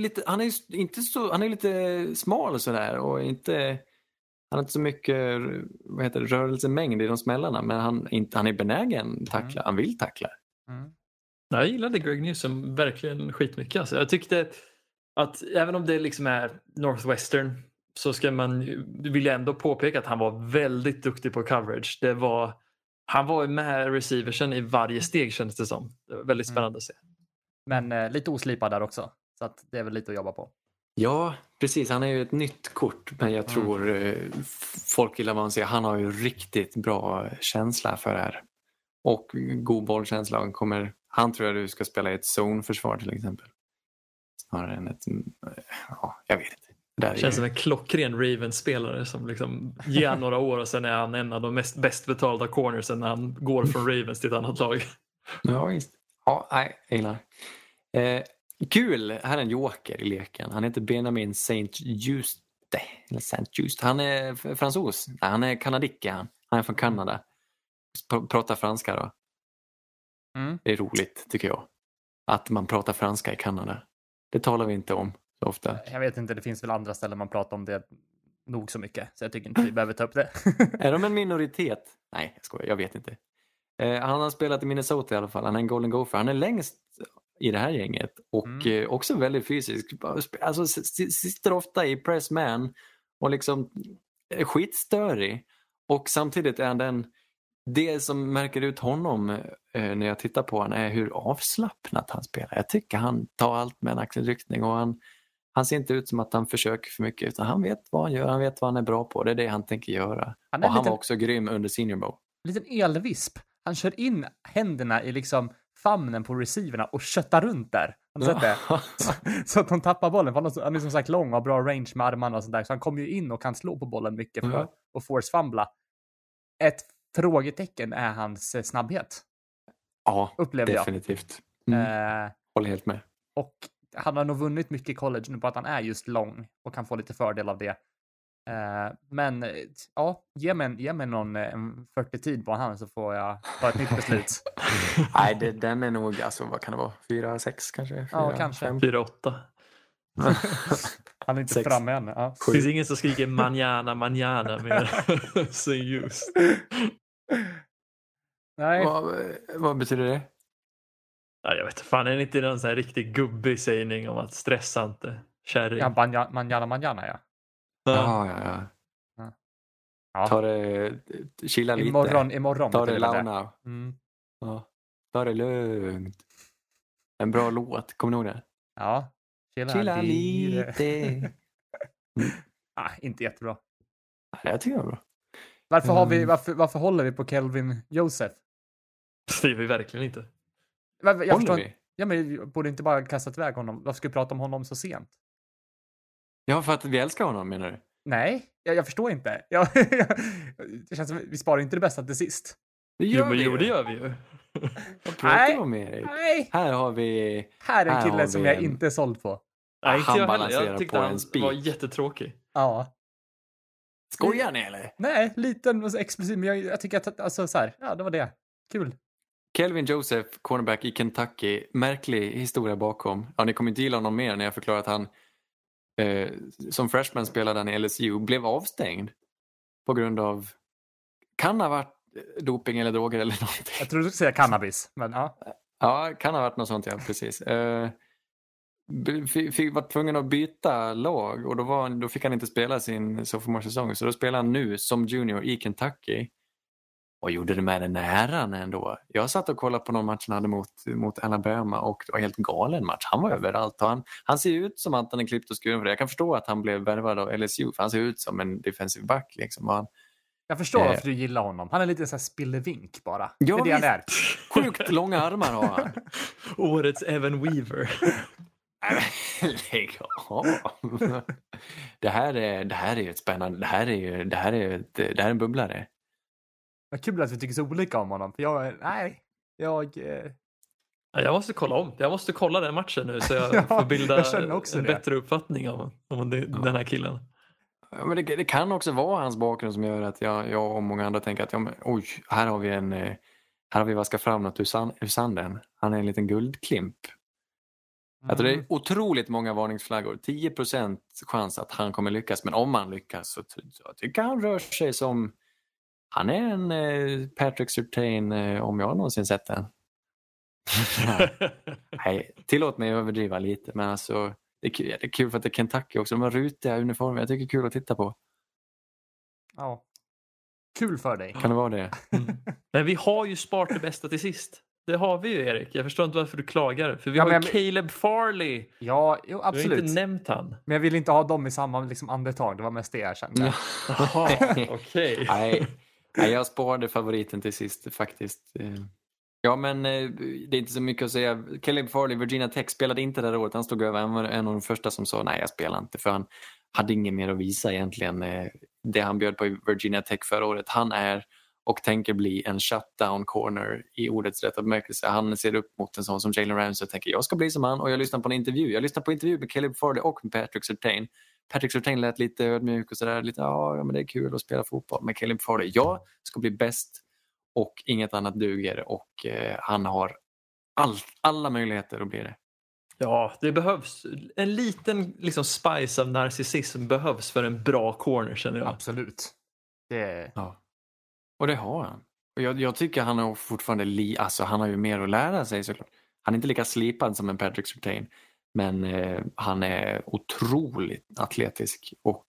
är lite smal och sådär och inte... Han har inte så mycket rörelsemängd i de smällarna, men han är benägen tackla. Han vill tackla. Jag gillade Greg Newsome verkligen skitmycket. Alltså, jag tyckte att även om det liksom är Northwestern så vill jag ändå påpeka att han var väldigt duktig på coverage. Han var med receiversen i varje steg, kändes det som. Det var väldigt spännande att se. Men lite oslipad där också. Så att det är väl lite att jobba på. Ja, precis. Han är ju ett nytt kort, men jag tror folk gillar vad han säger. Han har ju riktigt bra känsla för det här. Och god bollkänsla. Han tror jag du ska spela i ett zonförsvar till exempel. Snarare än ett... Ja, jag vet inte. Det känns som en klockren Ravens-spelare som liksom ger några år och sen är han en av de bäst betalda cornersen när han går från Ravens till ett annat lag. Ja, visst. Ja, nej, jag gillar. Kul, här är en joker i leken. Han heter Benjamin Saint-Just. Han är fransos. Nej, han är kanadicke. Han är från Kanada. Pratar franska då. Det är roligt, tycker jag. Att man pratar franska i Kanada. Det talar vi inte om så ofta. Jag vet inte, det finns väl andra ställen man pratar om det nog så mycket. Så jag tycker inte vi behöver ta upp det. Är de en minoritet? Nej, jag skojar. Jag vet inte. Han har spelat i Minnesota i alla fall. Han är en Golden Gopher. Han är längst i det här gänget. Och också väldigt fysisk. Alltså sitter ofta i pressman. Och liksom är skitstörig. Och samtidigt är han det som märker ut honom när jag tittar på honom är hur avslappnat han spelar. Jag tycker han tar allt med en axelryckning. Och han ser inte ut som att han försöker för mycket. Utan han vet vad han gör. Han vet vad han är bra på. Det är det han tänker göra. Han var också grym under Senior Bowl. En liten elvisp. Han kör in händerna i liksom famnen på receiverna och köttar runt där. Har du sett det? Så att de tappar bollen. Han är som sagt lång och har bra range med armarna och sånt där. Så han kommer ju in och kan slå på bollen mycket för att force-fumbla. Ett frågetecken är hans snabbhet. Ja, upplevde definitivt. Håller helt med. Och han har nog vunnit mycket i college nu på att han är just lång och kan få lite fördel av det. Men ja, ge mig någon 40-tid på han så får jag ta ett nytt beslut. Nej, den är nog, alltså vad kan det vara? 4-6 kanske? 4, ja, kanske. 4-8. Han är inte framme än. Ja. Det finns ingen som skriker manjana med sin ljus. Nej. Vad betyder det? Ja, jag vet fan, är det inte någon sån här riktig gubbig sägning om att stressa inte kärring? Ja, manjana, ja. Ja. Ta det, chilla lite. Imorgon. Ta det launa. Mm. Ja. Ta det lugnt. En bra låt, kommer du ihåg det? Ja. Chilla lite. Inte jättebra. Nej, jag tycker det var bra. Varför håller vi på Kelvin Joseph? Det är vi verkligen inte. Håller vi? Ja, men vi borde inte bara kastat iväg honom. Varför ska vi prata om honom så sent? Ja, för att vi älskar honom, menar du? Nej, jag förstår inte. Det känns som vi sparar inte det bästa till sist. Det gör vi ju. Vad pratar du om, Erik? Nej. Här är en kille som jag inte är såld på. Nej, inte jag heller. Jag på tyckte han en spik. var jättetråkig. Ja. Skojar ni eller? Nej, liten och explosiv. Men jag tycker att, alltså så här, ja, det var det. Kul. Kelvin Joseph, cornerback i Kentucky. Märklig historia bakom. Ja, ni kommer inte gilla honom mer när jag förklarar att han som freshman spelade han i LSU. Blev avstängd på grund av, kan ha varit doping eller droger eller någonting. Jag tror du skulle säga cannabis, men ja. Ja, kan ha varit något sånt, ja, precis. Var tvungen att byta lag och då fick han inte spela sin sophomore-säsong. Så då spelar han nu som junior i Kentucky. Och gjorde det med den äran ändå. Jag satt och kollade på någon match han hade mot Alabama och det var helt galen match. Han var överallt och han ser ut som att han är klippt och skuren för det. Jag kan förstå att han blev värvad av LSU för han ser ut som en defensive back liksom. Jag förstår varför du gillar honom. Han är lite så här spillevink bara. Ja, det är det han är. Sjukt långa armar har han. Årets Evan Weaver. Lägg av. Det här är ju ett spännande. Det här är en bubblare. Vad kul att vi tycker så olika om honom. För Jag måste kolla om. Jag måste kolla den matchen nu så jag får bilda en bättre uppfattning om den här killen. Ja, men det kan också vara hans bakgrund som gör att jag och många andra tänker att oj, här har vi vaskat fram något ur sanden. Han är en liten guldklimp. Jag tror det är otroligt många varningsflaggor. 10% chans att han kommer lyckas. Men om han lyckas så tycker han rör sig som... Han är en Patrick Surtain om jag någonsin sett den. Nej, tillåt mig att överdriva lite. Men alltså, det är kul för att det är Kentucky också. De har rutiga uniformer. Jag tycker det är kul att titta på. Ja. Kul för dig. Kan det vara det? Men vi har ju sparat det bästa till sist. Det har vi ju, Erik. Jag förstår inte varför du klagar. För vi har ju Caleb Farley. Ja, jo, absolut. Du har inte nämnt han. Men jag vill inte ha dem i samma liksom, andetag. Det var mest det jag kände. Jaha, okej. Nej, jag sparade favoriten till sist faktiskt. Ja, men det är inte så mycket att säga. Caleb Farley, Virginia Tech, spelade inte det där året. Han stod över. Han var en av de första som sa nej, jag spelar inte. För han hade inget mer att visa egentligen. Det han bjöd på i Virginia Tech förra året. Han är och tänker bli en shutdown corner i ordets rätta bemärkelse. Han ser upp mot en sån som Jalen Ramsey och tänker jag ska bli som han. Och jag lyssnar på en intervju. Jag lyssnar på intervju med Caleb Farley och med Patrick Surtain. Patrick Surtain lät lite ödmjuk och sådär. Lite, ja, men det är kul att spela fotboll. Men Caleb Farley, jag ska bli bäst och inget annat duger. Och han har alla möjligheter att bli det. Ja, det behövs. En liten liksom spice av narcissism behövs för en bra corner, känner jag. Absolut. Det... Ja. Och det har han. Och jag tycker han har fortfarande alltså han har ju mer att lära sig såklart. Han är inte lika slipad som en Patrick Surtain. Men han är otroligt atletisk och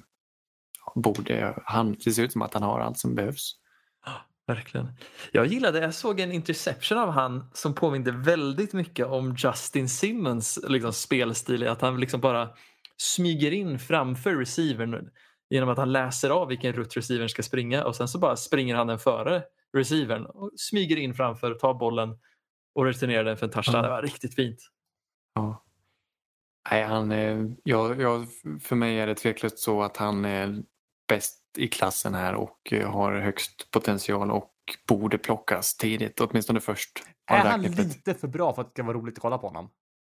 det ser ut som att han har allt som behövs. Verkligen. Jag såg en interception av han som påminde väldigt mycket om Justin Simmons liksom, spelstil. Att han liksom bara smyger in framför receivern genom att han läser av vilken rutt receivern ska springa och sen så bara springer han den före receivern och smyger in framför, tar bollen och returnerar den för en touchdown. Det var riktigt fint. Ja. Nej, för mig är det tveklöst så att han är bäst i klassen här och har högst potential och borde plockas tidigt, åtminstone först. Är han lite för bra för att det ska vara roligt att kolla på honom?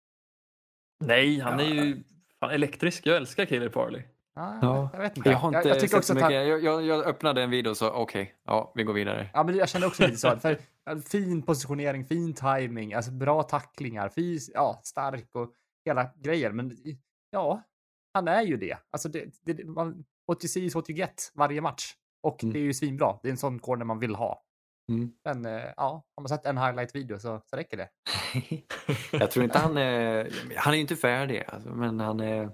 Nej, han är ju fan elektrisk. Jag älskar Caleb Farley. Ja. Jag vet inte. Jag tycker också att jag öppnade en video och sa okej, vi går vidare. Ja, men jag känner också lite så. För fin positionering, fin timing, alltså bra tacklingar, stark och hela grejer. Men ja, han är ju det. Alltså what you see is what you get varje match. Och det är ju svinbra. Det är en sån corner man vill ha. Men om man sett en highlight-video så räcker det. Jag tror inte han är inte färdig. Alltså, men han är...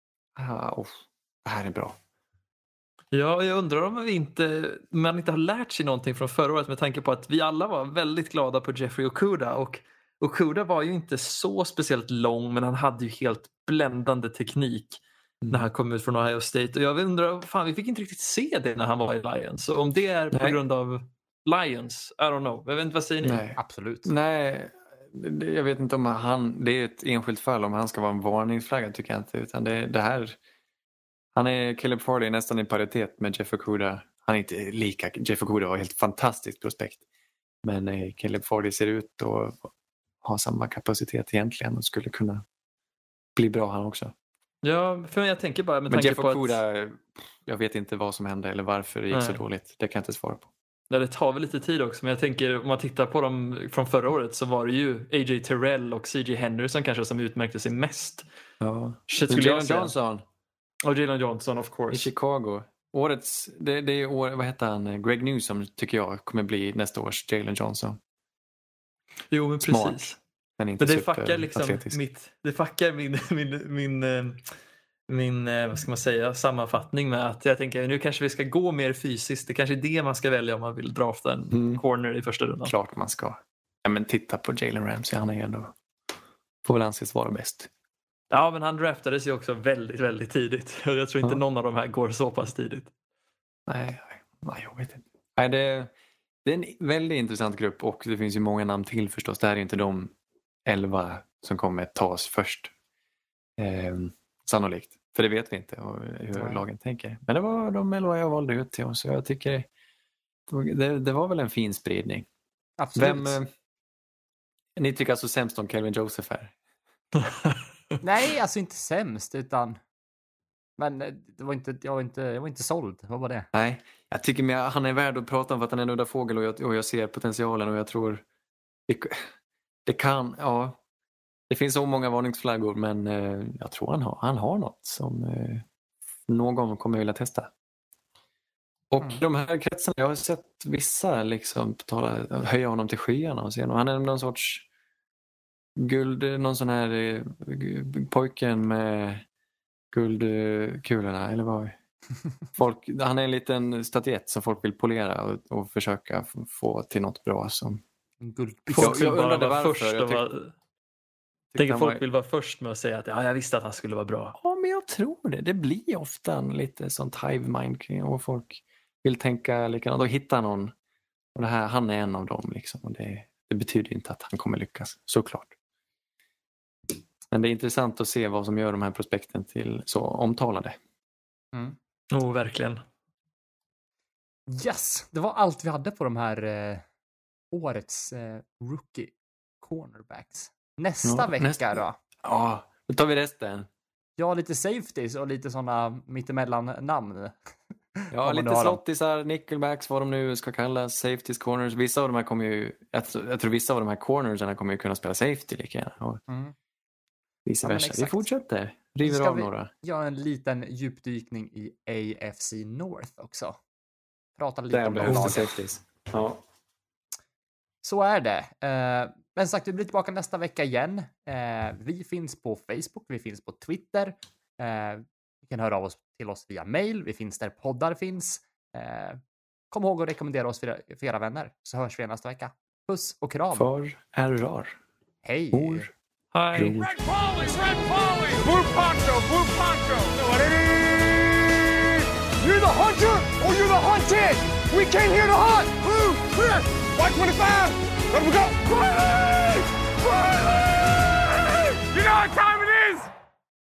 det här är bra. Ja, jag undrar om man inte har lärt sig någonting från förra året med tanke på att vi alla var väldigt glada på Jeffrey Okudah. Och Okudah var ju inte så speciellt lång, men han hade ju helt bländande teknik när han kom ut från Ohio State. Och jag undrar, vi fick inte riktigt se det när han var i Lions. Så om det är på grund av Lions, I don't know. Jag vet inte, vad säger ni? Nej. Absolut. Nej, jag vet inte om det är ett enskilt fall om han ska vara en varningsflagga, tycker jag inte. Utan det här, han är Caleb Farley nästan i paritet med Jeff Okudah. Han är inte lika, Jeff Okudah var helt fantastiskt prospekt. Men Caleb Farley ser ut att ha samma kapacitet egentligen och skulle kunna bli bra han också. Ja, för jag tänker bara med men tanke Jeff på Okudah, jag vet inte vad som hände eller varför det gick så dåligt. Det kan jag inte svara på. Det tar väl lite tid också, men jag tänker om man tittar på dem från förra året så var det ju AJ Terrell och CJ Henderson kanske som utmärkte sig mest. Ja. Jalen Johnson. Och Jalen Johnson, of course. I Chicago. Årets, det är vad heter han? Greg Newsom tycker jag kommer bli nästa års Jalen Johnson. Jo, men Smart, precis. men inte det fuckar liksom atletisk. det fuckar min vad ska man säga, sammanfattning med att jag tänker nu kanske vi ska gå mer fysiskt. Det kanske är det man ska välja om man vill drafta en corner i första rundan. Klart man ska. Ja, men titta på Jalen Ramsey, han är ändå får väl anses vara bäst. Ja, men han draftades ju också väldigt, väldigt tidigt. Jag tror inte någon av de här går så pass tidigt. Nej, jag vet inte. Nej, det är en väldigt intressant grupp och det finns ju många namn till förstås. Det här är inte de 11 som kommer tas först. Sannolikt. För det vet vi inte hur lagen tänker. Men det var de 11 jag valde ut till oss. Så jag tycker det var väl en fin spridning. Absolut. Ni tycker alltså sämst om Kelvin Joseph här? Nej, alltså inte sämst utan men jag var inte såld. Vad var det? Nej, jag tycker han är värd att prata om för att han är en udda fågel och jag ser potentialen och jag tror det kan, det finns så många varningsflaggor men jag tror han har något som någon kommer vilja testa. Och de här kretsarna, jag har sett vissa liksom höja honom till skyarna och se han är någon sorts guld, någon sån här pojken med guldkulorna eller vad han är en liten statyett som folk vill polera och försöka få till något bra som jag undrade varför tänker folk vill vara först med att säga att jag visste att han skulle vara bra. Ja, men jag tror det blir ofta en lite sånt hive mind och folk vill tänka likadant och hitta någon och det här, han är en av dem liksom och det betyder inte att han kommer lyckas, såklart. Men det är intressant att se vad som gör de här prospekten till så omtalade. Verkligen. Yes, det var allt vi hade på de här årets rookie cornerbacks. Nästa vecka då? Ja, då tar vi resten. Ja, lite safeties och lite sådana mittemellan namn. Ja, lite slottisar, nickelbacks, vad de nu ska kallas, safeties, corners. Vissa av de här kommer ju, jag tror vissa av de här cornersarna kommer ju kunna spela safety lika gärna. Vice Ja, men versa. Vi exakt. fortsätter. River Ska av vi några. göra en liten djupdykning i AFC North också? Prata lite Där om de behövs det lagen. safeties. Ja. Så är det. Men sagt, vi blir tillbaka nästa vecka igen. Vi finns på Facebook, vi finns på Twitter. Ni kan höra av oss till oss via mail. Vi finns där poddar finns. Kom ihåg att rekommendera oss för era vänner, så hörs vi nästa vecka. Puss och kram. Far är rar. Hej! Mor. Hej. Bror. Red Polly! Red Polly! Blue Poncho! Blue Poncho! You're the hunter or you're the hunted. We came here to hunt. Blue, clear. White 25. Let we go. Quiet!